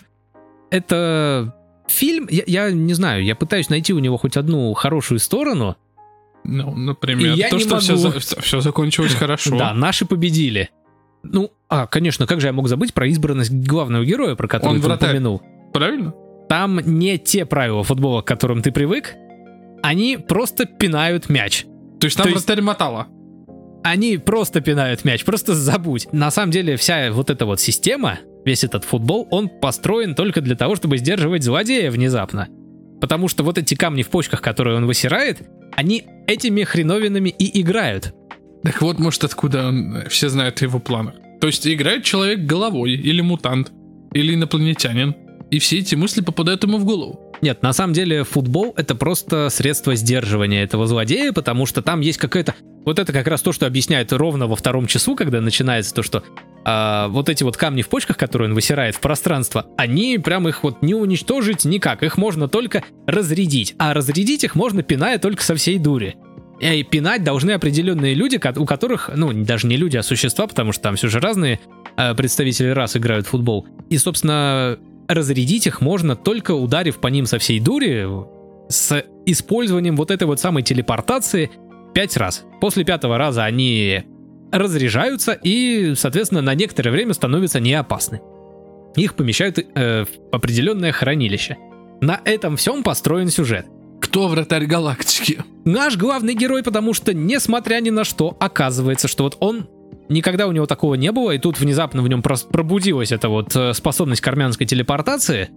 Это фильм, я не знаю, я пытаюсь найти у него хоть одну хорошую сторону. Ну, например, то, что все закончилось хорошо. Да, наши победили. Конечно, как же я мог забыть про избранность главного героя, про которого ты упомянул. Правильно? Там не те правила футбола, к которым ты привык. Они просто пинают мяч. То есть там вратарь мотала? Они просто пинают мяч, просто забудь. На самом деле вся вот эта вот система, весь этот футбол, он построен только для того, чтобы сдерживать злодея внезапно. Потому что вот эти камни в почках, которые он высирает, они этими хреновинами и играют. Так вот, может, откуда все знают о его планах. То есть играет человек головой, или мутант, или инопланетянин, и все эти мысли попадают ему в голову. Нет, на самом деле футбол — это просто средство сдерживания этого злодея, потому что там есть какая-то... Вот это как раз то, что объясняет ровно во 2 часу, когда начинается то, что вот эти вот камни в почках, которые он высирает в пространство, они прям их вот не уничтожить никак, их можно только разрядить. А разрядить их можно, пиная только со всей дури. И пинать должны определенные люди, у которых, даже не люди, а существа, потому что там все же разные представители рас играют в футбол. И, собственно... Разрядить их можно только ударив по ним со всей дури с использованием вот этой вот самой телепортации 5 раз. После 5-го раза они разряжаются и, соответственно, на некоторое время становятся неопасны. Их помещают в определенное хранилище. На этом всем построен сюжет. Кто вратарь галактики? Наш главный герой, потому что, несмотря ни на что, оказывается, что вот он... Никогда у него такого не было, и тут внезапно в нем пробудилась эта вот способность к армянской телепортации.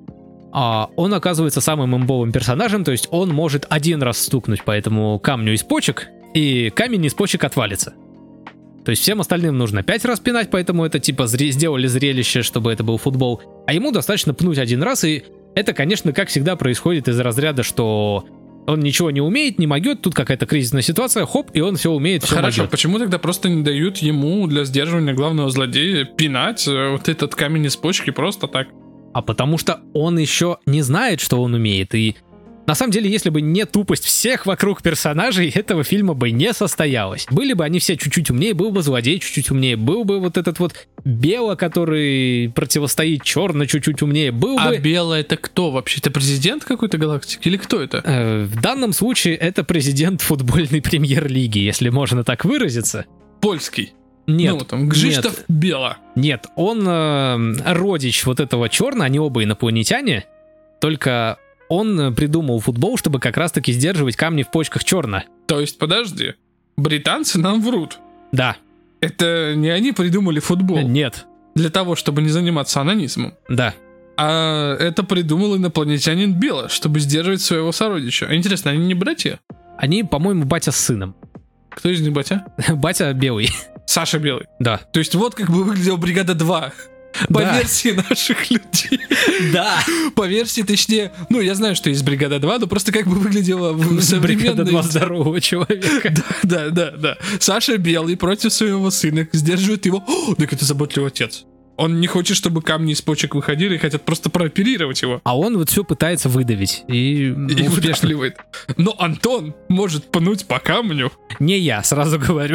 А он оказывается самым имбовым персонажем, то есть он может 1 раз стукнуть по этому камню из почек, и камень из почек отвалится. То есть всем остальным нужно 5 раз пинать, поэтому это типа сделали зрелище, чтобы это был футбол. А ему достаточно пнуть 1 раз, и это, конечно, как всегда происходит из разряда, что... Он ничего не умеет, не могет, тут какая-то кризисная ситуация, хоп, и он все умеет, все Хорошо, могет. Почему тогда просто не дают ему для сдерживания главного злодея пинать вот этот камень из почки просто так? А потому что он еще не знает, что он умеет, и На самом деле, если бы не тупость всех вокруг персонажей, этого фильма бы не состоялось. Были бы они все чуть-чуть умнее, был бы злодей чуть-чуть умнее, был бы вот этот вот Бело, который противостоит Черно, чуть-чуть умнее, был бы... А Бело это кто вообще? Это президент какой-то галактики или кто это? В данном случае это президент футбольной премьер-лиги, если можно так выразиться. Польский. Нет. Ну, там, Гжиштов Бело. Нет, он родич вот этого Черно, они оба инопланетяне, только он придумал футбол, чтобы как раз-таки сдерживать камни в почках Черно. То есть, подожди, британцы нам врут. Да. Это не они придумали футбол? Нет. Для того, чтобы не заниматься анонизмом. Да. А это придумал инопланетянин Бело, чтобы сдерживать своего сородича. А интересно, они не братья? Они, по-моему, батя с сыном. Кто из них батя? Батя белый. Саша Белый. Да. То есть вот как бы выглядела «Бригада 2». По версии наших людей. Да. По версии, точнее, ну, я знаю, что есть «Бригада 2», но просто как бы выглядела в современной... «Бригада 2» здорового человека. Да. Саша Белый против своего сына сдерживает его. О, так это заботливый отец. Он не хочет, чтобы камни из почек выходили, хотят просто прооперировать его. А он вот все пытается выдавить. И выдавливает. Но Антон может пнуть по камню. Не я, сразу говорю.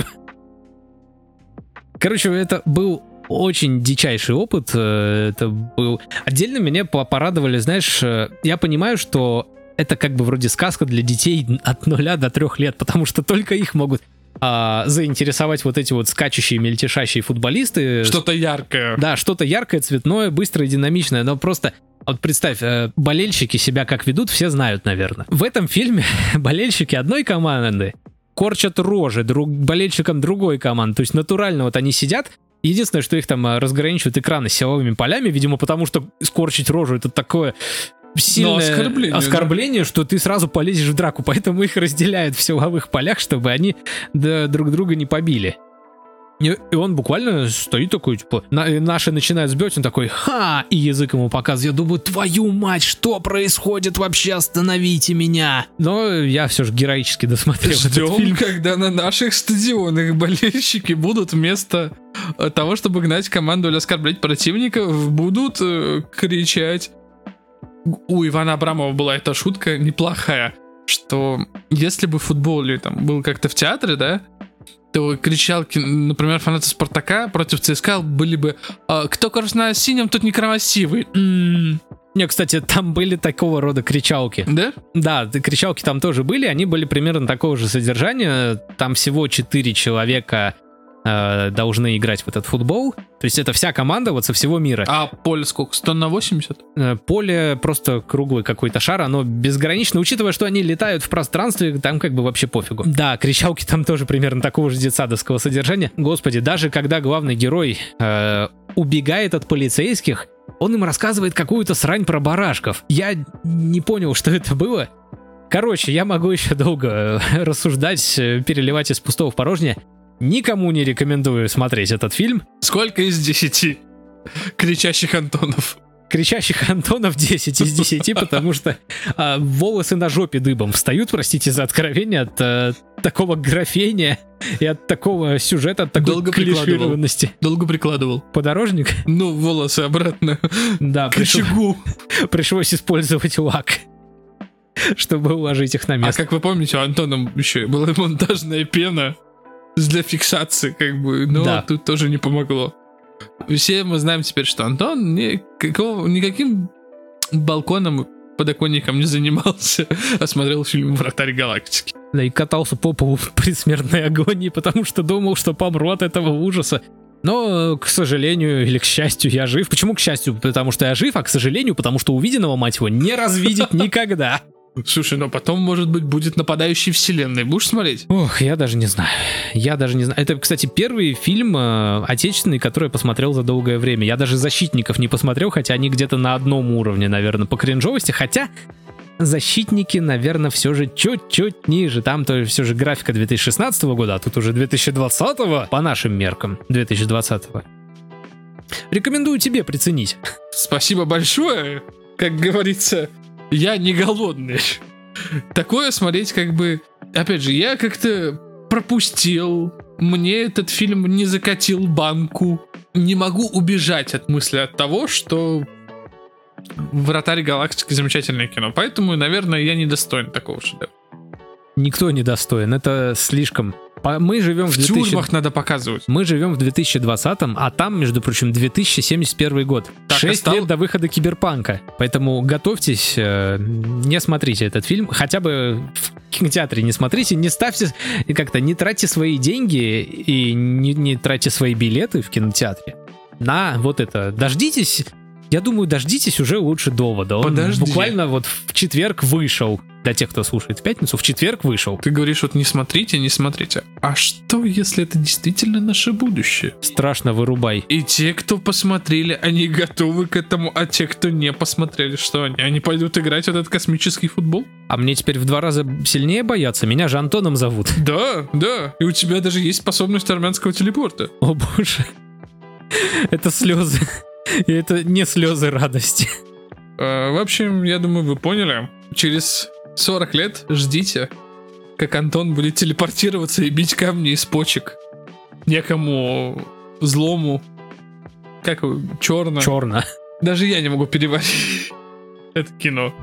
Короче, это был очень дичайший опыт. Это был... Отдельно меня порадовали, знаешь, я понимаю, что это как бы вроде сказка для детей от 0 до 3 лет, потому что только их могут заинтересовать вот эти вот скачущие, мельтешащие футболисты. Что-то яркое. Да, что-то яркое, цветное, быстрое, динамичное, но просто... Вот представь, болельщики себя как ведут, все знают, наверное. В этом фильме болельщики одной команды корчат рожи болельщикам другой команды. То есть натурально вот они сидят. Единственное, что их там разграничивают экраны с силовыми полями, видимо, потому что скорчить рожу — это такое сильное оскорбление, да? Что ты сразу полезешь в драку, поэтому их разделяют в силовых полях, чтобы они друг друга не побили. И он буквально стоит такой, типа, наши начинают сбивать, он такой, ха, и язык ему показывает. Я думаю, твою мать, что происходит вообще, остановите меня. Но я все же героически досмотрел этот фильм. Ждем, когда на наших стадионах болельщики будут вместо того, чтобы гнать команду или оскорблять противников, будут кричать. У Ивана Абрамова была эта шутка неплохая, что если бы в футболе там был как-то в театре, да, то кричалки, например, фанаты Спартака против ЦСКА были бы «Кто красно-синим, тот некрасивый». Не, кстати, там были такого рода кричалки. Да? Да, кричалки там тоже были, они были примерно такого же содержания. Там всего 4 человека должны играть в этот футбол. То есть это вся команда вот со всего мира. А поле сколько? 100 на 80? Поле просто круглый какой-то шар, оно безгранично. Учитывая, что они летают в пространстве, там как бы вообще пофигу. Да, кричалки там тоже примерно такого же детсадовского содержания. Господи, даже когда главный герой убегает от полицейских, он им рассказывает какую-то срань про барашков. Я не понял, что это было. Короче, я могу еще долго рассуждать, переливать из пустого в порожнее. Никому не рекомендую смотреть этот фильм. Сколько из 10 кричащих Антонов? Кричащих Антонов 10 из 10, потому что волосы на жопе дыбом встают, простите за откровение, от такого графения и от такого сюжета, от такой клишированности. Долго прикладывал. Подорожник? Ну, волосы обратно. Да, к очагу. Пришлось использовать лак, чтобы уложить их на место. А как вы помните, у Антона еще была монтажная пена для фиксации, как бы, но да. Тут тоже не помогло. Все мы знаем теперь, что Антон никаким балконом, подоконником не занимался, а смотрел фильм «Вратарь галактики». Да, и катался по полу в предсмертной агонии, потому что думал, что помру от этого ужаса. Но, к сожалению или к счастью, я жив. Почему к счастью? Потому что я жив, а к сожалению, потому что увиденного, мать его, не развидеть никогда. Слушай, но потом, может быть, будет «Нападающий вселенной». Будешь смотреть? Ох, я даже не знаю. Это, кстати, первый фильм отечественный, который я посмотрел за долгое время. Я даже «Защитников» не посмотрел, хотя они где-то на одном уровне, наверное, по кринжовости. Хотя «Защитники», наверное, все же чуть-чуть ниже. Там-то все же графика 2016 года, а тут уже 2020 по нашим меркам 2020. Рекомендую тебе приценить. Спасибо большое. Как говорится, я не голодный. Такое смотреть как бы... Опять же, я как-то пропустил. Мне этот фильм не закатил банку. Не могу убежать от мысли от того, что Вратарь галактики замечательное кино. Поэтому, наверное, я не достоин такого шедевра. Никто не достоин, это слишком. Мы живем в тюрьмах надо показывать. Мы живем в 2020-м, а там, между прочим, 2071 год. Так, 6 лет до выхода Киберпанка. Поэтому готовьтесь, не смотрите этот фильм. Хотя бы в кинотеатре не смотрите, не ставьте, как-то не тратьте свои деньги и не тратьте свои билеты в кинотеатре на вот это. Дождитесь, я думаю, дождитесь уже лучше довода. Он буквально вот в четверг вышел. Для тех, кто слушает в пятницу, в четверг вышел. Ты говоришь, вот не смотрите, не смотрите. А что, если это действительно наше будущее? Страшно, вырубай. И те, кто посмотрели, они готовы к этому, а те, кто не посмотрели, что они? Они пойдут играть в этот космический футбол? А мне теперь в 2 раза сильнее бояться? Меня же Антоном зовут. Да, да. И у тебя даже есть способность армянского телепорта. О боже. Это слезы. И это не слезы радости. В общем, я думаю, вы поняли. Через 40 лет ждите, как Антон будет телепортироваться и бить камни из почек некому злому, как черно. Даже я не могу переварить это кино.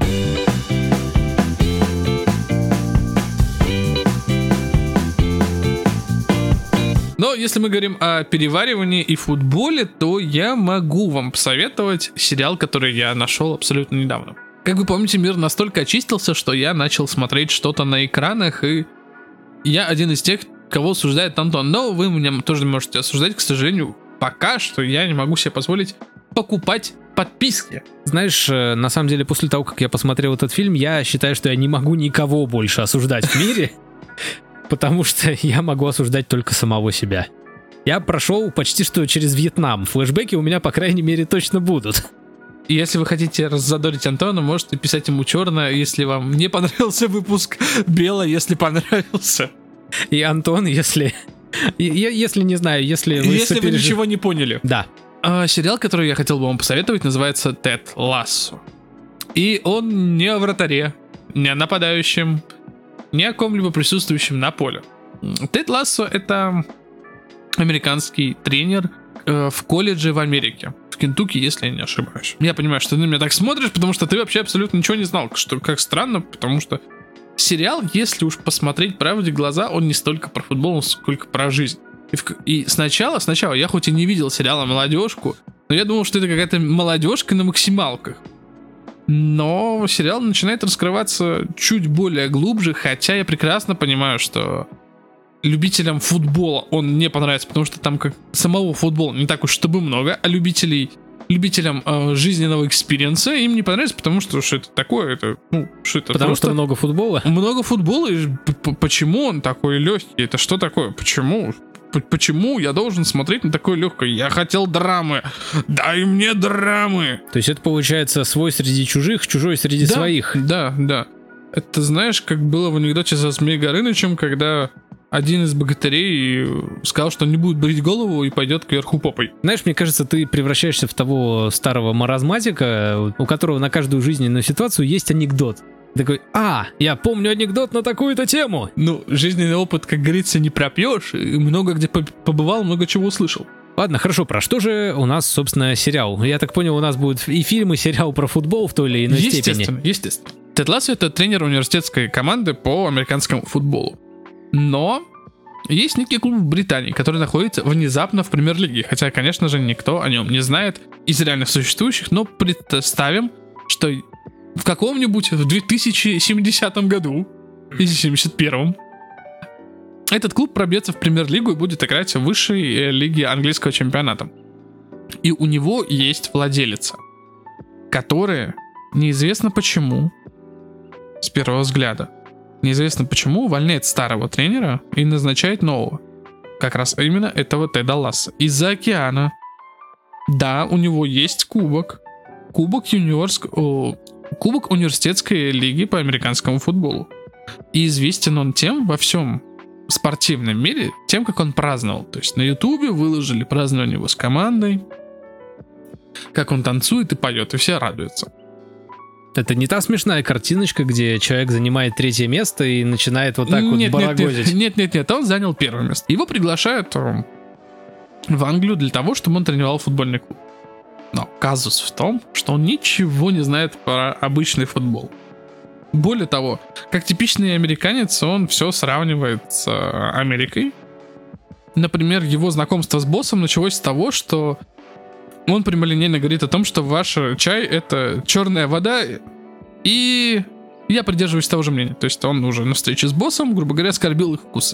Но если мы говорим о переваривании и футболе, то я могу вам посоветовать сериал, который я нашел абсолютно недавно. Как вы помните, мир настолько очистился, что я начал смотреть что-то на экранах, и я один из тех, кого осуждает Антон. Но вы меня тоже можете осуждать, к сожалению, пока что я не могу себе позволить покупать подписки. Знаешь, на самом деле, после того, как я посмотрел этот фильм, я считаю, что я не могу никого больше осуждать в мире, потому что я могу осуждать только самого себя. Я прошел почти что через Вьетнам. Флэшбэки у меня, по крайней мере, точно будут. И если вы хотите раззадорить Антона, можете писать ему черно, если вам не понравился выпуск, бело, если понравился. И Антон, если не знаю, если вы ничего не поняли. Да. Сериал, который я хотел бы вам посоветовать, называется «Тед Лассо». И он не о вратаре, не о нападающем, не о ком-либо присутствующем на поле. Тед Лассо — это американский тренер в колледже в Америке. В Кентукки, если я не ошибаюсь. Я понимаю, что ты на меня так смотришь, потому что ты вообще абсолютно ничего не знал. Что как странно, потому что сериал, если уж посмотреть правде в глаза, он не столько про футбол, сколько про жизнь. И сначала я хоть и не видел сериала «Молодежку», но я думал, что это какая-то молодежка на максималках. Но сериал начинает раскрываться чуть более глубже, хотя я прекрасно понимаю, что любителям футбола он не понравится, потому что там как самого футбола не так уж чтобы много, а любителям жизненного экспириенса им не понравится, потому что это такое, потому что много футбола? Много футбола, и почему он такой легкий, это что такое, почему я должен смотреть на такое легкое? Я хотел драмы, дай мне драмы. То есть это получается свой среди чужих, чужой среди своих. Да. Это знаешь, как было в анекдоте со Змей Горынычем, когда один из богатырей сказал, что не будет брить голову и пойдет кверху попой. Знаешь, мне кажется, ты превращаешься в того старого маразматика, у которого на каждую жизненную ситуацию есть анекдот. Такой, я помню анекдот на такую-то тему. Жизненный опыт, как говорится, не пропьешь. Много где побывал, много чего услышал. Ладно, хорошо, про что же у нас, собственно, сериал? Я так понял, у нас будет и фильм, и сериал про футбол в той или иной степени. Естественно. Тед Лассо — это тренер университетской команды по американскому футболу. Но есть некий клуб в Британии, который находится внезапно в премьер-лиге. Хотя, конечно же, никто о нем не знает из реально существующих. Но представим, что в каком-нибудь в 2070 году, или 71-м, этот клуб пробьется в премьер-лигу и будет играть в высшей лиге английского чемпионата. И у него есть владелица, которая неизвестно почему, с первого взгляда, неизвестно почему увольняет старого тренера и назначает нового. Как раз именно этого Теда Лассо. Из-за океана. Да, у него есть кубок. Кубок университетской лиги по американскому футболу. И известен он тем во всем спортивном мире, тем, как он праздновал. То есть на Ютубе выложили празднование его с командой, как он танцует и поет, и все радуются. Это не та смешная картиночка, где человек занимает 3-е место и начинает вот так барагозить? Нет, он занял 1-е место. Его приглашают в Англию для того, чтобы он тренировал футбольный клуб. Но казус в том, что он ничего не знает про обычный футбол. Более того, как типичный американец, он все сравнивает с Америкой. Например, его знакомство с боссом началось с того, что он прямолинейно говорит о том, что ваш чай — это черная вода, и я придерживаюсь того же мнения. То есть он уже на встрече с боссом, грубо говоря, оскорбил их вкусы.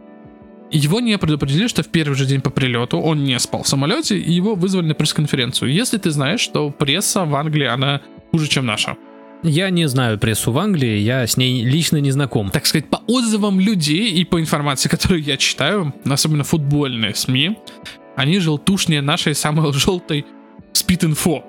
Его не предупредили, что в первый же день по прилету он не спал в самолете, и его вызвали на пресс-конференцию. Если ты знаешь, что пресса в Англии, она хуже, чем наша. Я не знаю прессу в Англии, я с ней лично не знаком. Так сказать, по отзывам людей и по информации, которую я читаю, особенно футбольные СМИ, они желтушнее нашей самой желтой спид-инфо.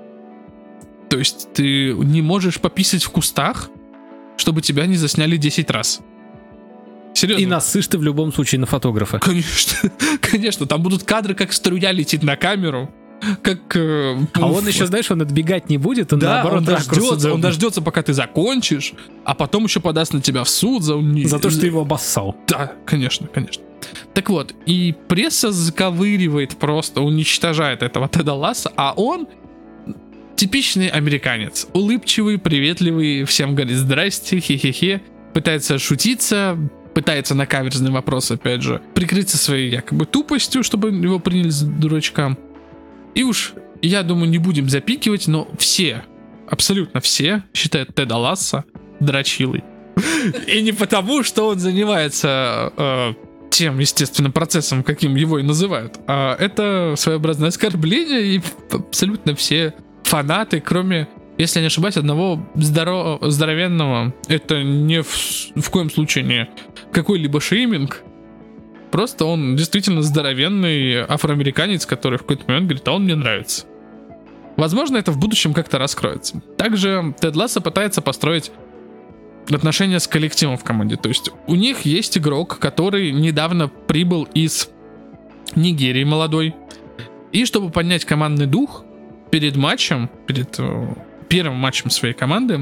То есть ты не можешь пописать в кустах, чтобы тебя не засняли 10 раз. Серьезно? И насышь ты в любом случае на фотографа. Конечно, конечно, там будут кадры, как струя летит на камеру, как... А он еще, знаешь, он отбегать не будет, он наоборот он дождется, пока ты закончишь, а потом еще подаст на тебя в суд за то, что ты его обоссал. Да, конечно, конечно. Так вот, и пресса заковыривает просто, уничтожает этого Теда Лассо, а он типичный американец, улыбчивый, приветливый, всем говорит здрасте, хе-хе-хе, пытается шутиться, пытается на каверзный вопрос, опять же, прикрыться своей якобы тупостью, чтобы его приняли за дурачка. И уж, я думаю, не будем запикивать, но все, абсолютно все считают Теда Лассо дрочилой. И не потому, что он занимается тем, естественно, процессом, каким его и называют, а это своеобразное оскорбление, и абсолютно все фанаты, кроме, если я не ошибаюсь, одного здоровенного, это не в коем случае не какой-либо шейминг, просто он действительно здоровенный афроамериканец, который в какой-то момент говорит, а он мне нравится. Возможно, это в будущем как-то раскроется. Также Тед Лассо пытается построить отношения с коллективом в команде. То есть у них есть игрок, который недавно прибыл из Нигерии, молодой. И чтобы поднять командный дух, перед матчем, перед первым матчем своей команды,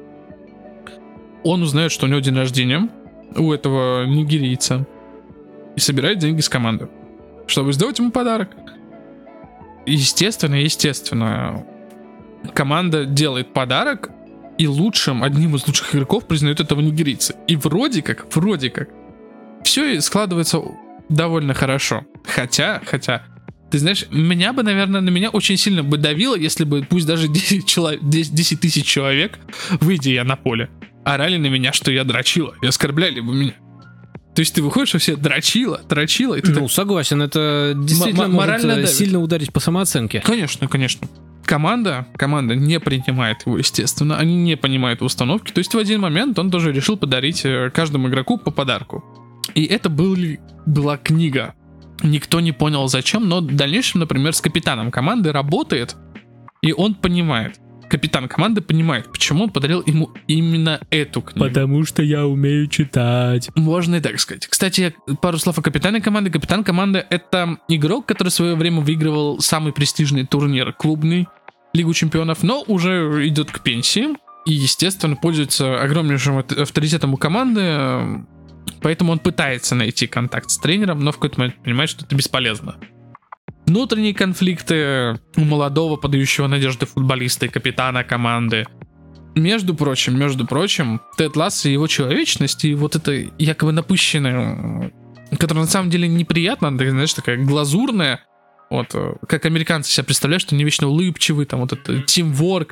он узнает, что у него день рождения, у этого нигерийца, и собирает деньги с команды, чтобы сделать ему подарок. Естественно, команда делает подарок, и одним из лучших игроков признают этого нигерийца. И вроде как, все складывается довольно хорошо. Хотя, ты знаешь, на меня очень сильно бы давило, если бы, пусть даже 10 тысяч человек, выйдя на поле, орали на меня, что я дрочила, и оскорбляли бы меня. То есть ты выходишь, что все дрочила, и ты согласен, это действительно может сильно ударить по самооценке. Конечно. Команда не принимает его, естественно, они не понимают установки. То есть в один момент он тоже решил подарить каждому игроку по подарку. И это была книга. Никто не понял зачем, но в дальнейшем, например, с капитаном команды работает, и он понимает. Капитан команды понимает, почему он подарил ему именно эту книгу. Потому что я умею читать. Можно и так сказать. Кстати, пару слов о капитане команды. Капитан команды — это игрок, который в свое время выигрывал самый престижный турнир клубный, Лигу чемпионов, но уже идет к пенсии и, естественно, пользуется огромнейшим авторитетом у команды, поэтому он пытается найти контакт с тренером, но в какой-то момент понимает, что это бесполезно. Внутренние конфликты у молодого, подающего надежды футболиста и капитана команды. Между прочим, Тед Лассо и его человечность, и вот это якобы напыщенное, которое на самом деле неприятно, знаешь, такая глазурная, вот, как американцы себя представляют, что они вечно улыбчивые, там вот это тимворк.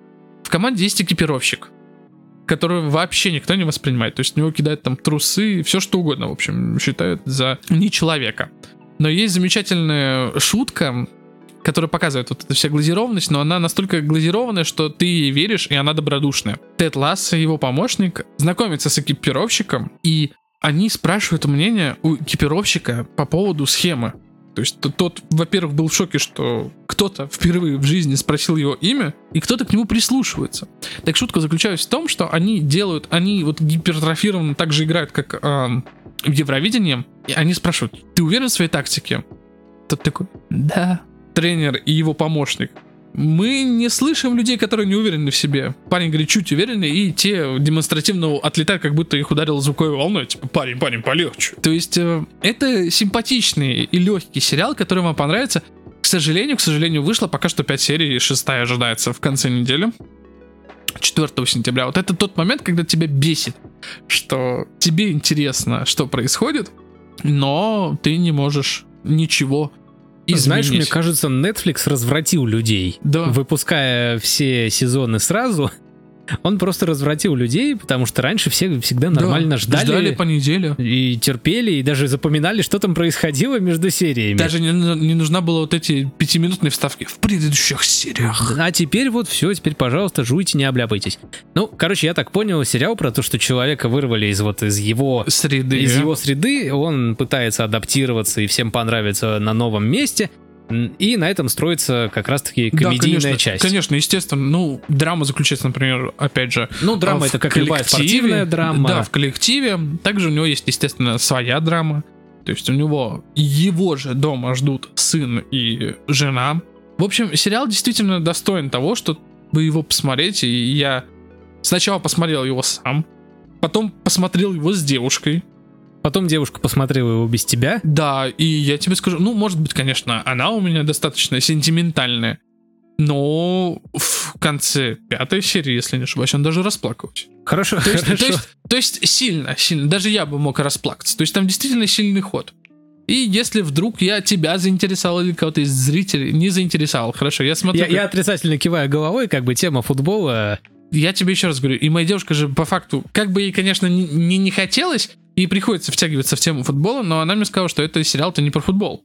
В команде есть экипировщик, которого вообще никто не воспринимает, то есть в него кидают там трусы, все что угодно, в общем, считают за не человека. Но есть замечательная шутка, которая показывает вот эту вся глазированность, но она настолько глазированная, что ты ей веришь, и она добродушная. Тед Лассо, его помощник, знакомится с экипировщиком, и они спрашивают мнение у экипировщика по поводу схемы. То есть тот, во-первых, был в шоке, что кто-то впервые в жизни спросил его имя, и кто-то к нему прислушивается. Так шутка заключается в том, что они вот гипертрофированно так же играют, как в Евровидении, и они спрашивают, ты уверен в своей тактике? Тот такой, да. Тренер и его помощник: мы не слышим людей, которые не уверены в себе. Парень говорит, чуть уверенный, и те демонстративно отлетают, как будто их ударил звуковой волной. Типа, парень, полегче. То есть, это симпатичный и легкий сериал, который вам понравится. К сожалению, вышло пока что 5 серий, 6-я ожидается в конце недели. 4 сентября. Вот это тот момент, когда тебя бесит, что тебе интересно, что происходит, но ты не можешь ничего изменить. Знаешь, мне кажется, Netflix развратил людей, выпуская все сезоны сразу. Он просто развратил людей, потому что раньше все всегда нормально ждали по неделе. И терпели, и даже запоминали, что там происходило между сериями. Даже не нужна была вот эти 5-минутные вставки в предыдущих сериях. А теперь вот все, теперь, пожалуйста, жуйте, не обляпайтесь. Ну, короче, я так понял, сериал про то, что человека вырвали из его среды, он пытается адаптироваться и всем понравиться на новом месте. И на этом строится как раз-таки комедийная часть. Конечно, естественно. Ну, драма заключается, например, опять же... Ну, драма — это как любая спортивная драма. Да, в коллективе. Также у него есть, естественно, своя драма. То есть у него его же дома ждут сын и жена. В общем, сериал действительно достоин того, чтобы его посмотреть. И я сначала посмотрел его сам, потом посмотрел его с девушкой. Потом девушка посмотрела его без тебя. Да, и я тебе скажу, ну, может быть, конечно, она у меня достаточно сентиментальная, но в конце 5-й серии, если не ошибаюсь, он даже расплакался. Хорошо. То есть сильно, даже я бы мог расплакаться. То есть там действительно сильный ход. И если вдруг я тебя заинтересовал или кого-то из зрителей не заинтересовал, хорошо, я смотрю... Я отрицательно киваю головой, как бы тема футбола... Я тебе еще раз говорю, и моя девушка же по факту, как бы ей, конечно, не хотелось, и приходится втягиваться в тему футбола, но она мне сказала, что это сериал-то не про футбол.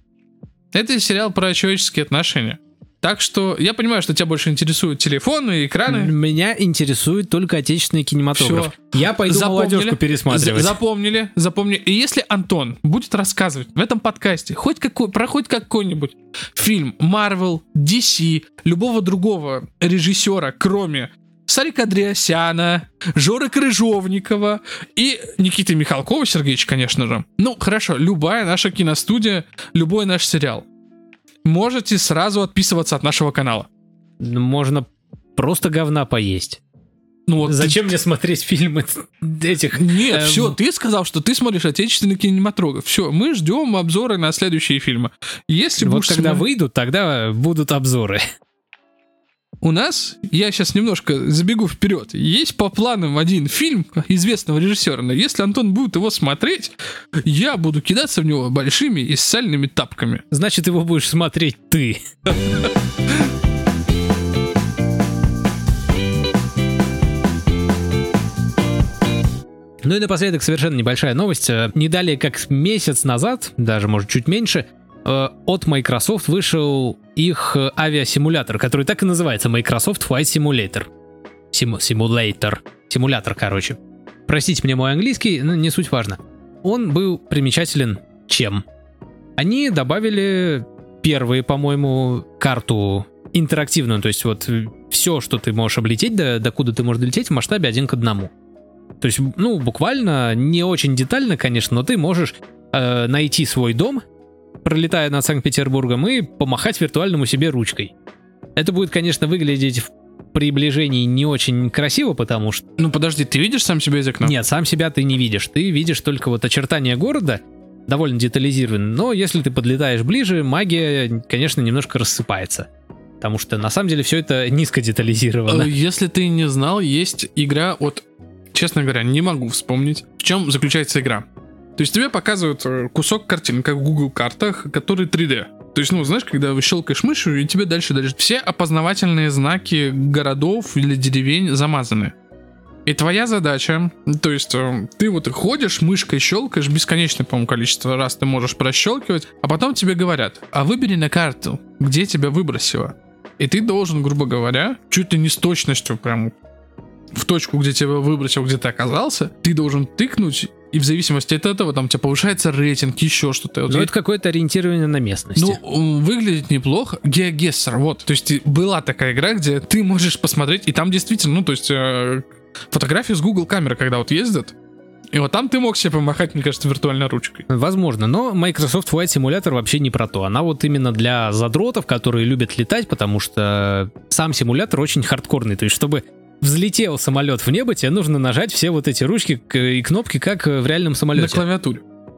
Это сериал про человеческие отношения. Так что я понимаю, что тебя больше интересуют телефоны, экраны. Меня интересует только отечественный кинематограф. Все. Я пойду молодежку пересматривать. Запомнили. И если Антон будет рассказывать в этом подкасте про хоть какой-нибудь фильм Marvel, DC, любого другого режиссера, кроме Сарика Андреасяна, Жоры Крыжовникова и Никиты Михалкова, Сергеевич, конечно же. Ну, хорошо, любая наша киностудия, любой наш сериал. Можете сразу отписываться от нашего канала. Можно просто говна поесть. Ну, вот зачем мне смотреть фильмы этих... Нет, все, ты сказал, что ты смотришь отечественный кинематограф. Все, мы ждем обзоры на следующие фильмы. Если вот когда выйдут, тогда будут обзоры. У нас, я сейчас немножко забегу вперед, есть по планам один фильм известного режиссера, но если Антон будет его смотреть, я буду кидаться в него большими и сальными тапками. Значит, его будешь смотреть ты. Ну и напоследок совершенно небольшая новость. Не далее как месяц назад, даже может чуть меньше, от Microsoft вышел их авиасимулятор, который так и называется Microsoft Flight Simulator. Симулятор, короче. Простите мне мой английский, но не суть важно. Он был примечателен чем? Они добавили первые, по-моему, карту интерактивную, то есть вот все, что ты можешь облететь, докуда ты можешь долететь в масштабе 1:1. То есть, ну, буквально, не очень детально, конечно, но ты можешь найти свой дом, пролетая над Санкт-Петербургом, и помахать виртуальному себе ручкой. Это будет, конечно, выглядеть в приближении не очень красиво, потому что... Ну подожди, ты видишь сам себя из окна? Нет, сам себя ты не видишь. Ты видишь только вот очертания города, довольно детализированно, но если ты подлетаешь ближе, магия, конечно, немножко рассыпается. Потому что, на самом деле, все это низко детализировано. Если ты не знал, есть игра от... Честно говоря, не могу вспомнить, в чем заключается игра. То есть тебе показывают кусок картин, как в Google картах, который 3D. То есть, ну, знаешь, когда вы щелкаешь мышью, и тебе дальше все опознавательные знаки городов или деревень замазаны. И твоя задача, то есть ты вот ходишь, мышкой щелкаешь, бесконечное, по-моему, количество раз ты можешь прощелкивать, а потом тебе говорят, а выбери на карту, где тебя выбросило. И ты должен, грубо говоря, чуть ли не с точностью прям в точку, где тебя выбросил, где ты оказался, ты должен тыкнуть, и в зависимости от этого там у тебя повышается рейтинг, еще что-то. Ну, это какое-то ориентирование на местности. Ну, выглядит неплохо. GeoGuessr, вот. То есть была такая игра, где ты можешь посмотреть, и там действительно, ну, то есть фотографии с Google камеры, когда вот ездят, и вот там ты мог себе помахать, мне кажется, виртуальной ручкой. Возможно, но Microsoft Flight Simulator вообще не про то. Она вот именно для задротов, которые любят летать, потому что сам симулятор очень хардкорный. То есть, чтобы взлетел самолет в небо, тебе нужно нажать все вот эти ручки и кнопки, как в реальном самолете. На клавиатуре.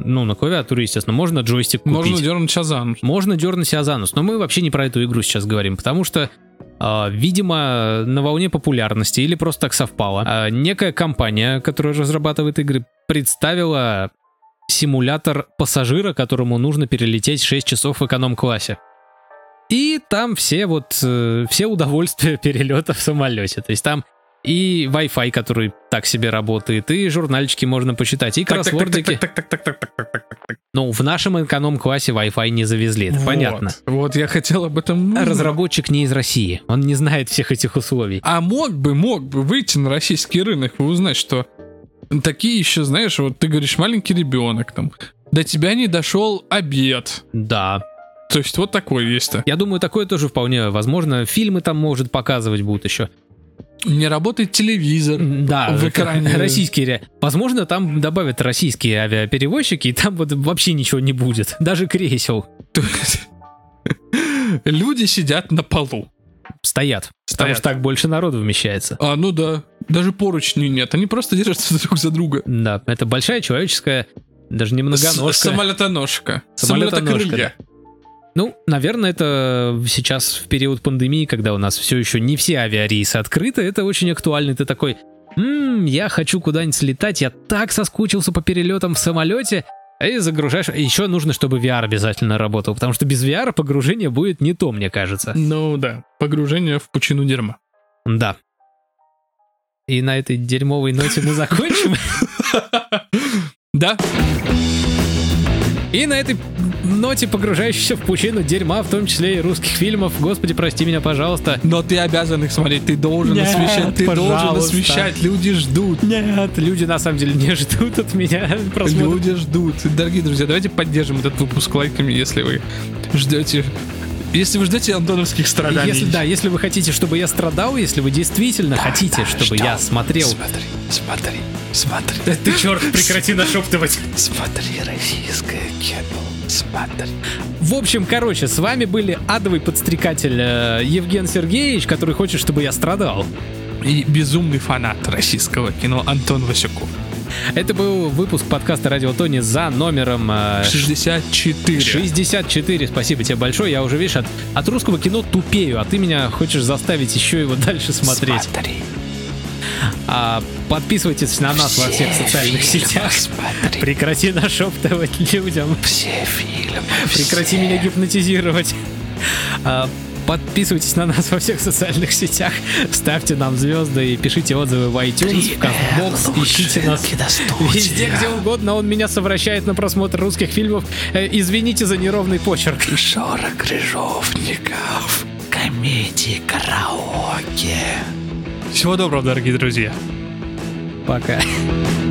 Ну, на клавиатуре, естественно. Можно джойстик купить. Можно дернуть Азанус. Можно дернуть Азанус. Но мы вообще не про эту игру сейчас говорим, потому что, видимо, на волне популярности или просто так совпало, некая компания, которая разрабатывает игры, представила симулятор пассажира, которому нужно перелететь 6 часов в эконом-классе. И там все удовольствия перелета в самолете. То есть там и Wi-Fi, который так себе работает, и журнальчики можно почитать, и кроссвордики. Ну, в нашем эконом-классе Wi-Fi не завезли, это понятно. Вот, я хотел об этом... Разработчик не из России, он не знает всех этих условий. А мог бы выйти на российский рынок и узнать, что такие еще, знаешь, вот ты говоришь, маленький ребенок, там, до тебя не дошел обед. Да. То есть вот такое есть-то. Я думаю, такое тоже вполне возможно. Фильмы там, может, показывать будут еще. Не работает телевизор в экране. Российские. Возможно, там добавят российские авиаперевозчики, и там вот вообще ничего не будет. Даже кресел. Люди сидят на полу. Стоят. Потому что так больше народу вмещается. Ну да. Даже поручней нет. Они просто держатся друг за друга. Да, это большая человеческая, даже не многоножка. Самолетоножка. Самолетокрылья. Ну, наверное, это сейчас в период пандемии, когда у нас все еще не все авиарейсы открыты, это очень актуально. Ты такой, я хочу куда-нибудь слетать, я так соскучился по перелетам в самолете, и загружаешь. Еще нужно, чтобы VR обязательно работал, потому что без VR погружение будет не то, мне кажется. Ну да, погружение в пучину дерьма. Да. И на этой дерьмовой ноте мы закончим. Да. И на этой ноте, погружающейся в пучину дерьма, в том числе и русских фильмов, господи, прости меня, пожалуйста. Но ты обязан их смотреть, ты должен освещать, ты должен освещать, люди ждут. Нет, люди на самом деле не ждут от меня просмотра. Люди ждут. Дорогие друзья, давайте поддержим этот выпуск лайками, если вы ждете... Если вы ждете антоновских страданий. Если вы хотите, чтобы я страдал, если вы действительно хотите, чтобы я смотрел... Смотри. Ты черт, прекрати нашептывать. Смотри российское кино. Смотри. В общем, короче, с вами были адовый подстрекатель Евген Сергеевич, который хочет, чтобы я страдал. И безумный фанат российского кино Антон Васюков. Это был выпуск подкаста Радио Тони за номером 64. 64, спасибо тебе большое. Я уже, видишь, от русского кино тупею, а ты меня хочешь заставить еще его дальше смотреть. Смотри. Подписывайтесь на нас во всех социальных сетях. Смотри. Прекрати нашептывать людям. Все фильмы. Прекрати меня гипнотизировать. Подписывайтесь на нас во всех социальных сетях, ставьте нам звезды и пишите отзывы в iTunes, в CastBox, ищите нас везде, где угодно. Он меня совращает на просмотр русских фильмов. Извините за неровный почерк. Жора Крыжовников. Комедии караоке. Всего доброго, дорогие друзья. Пока.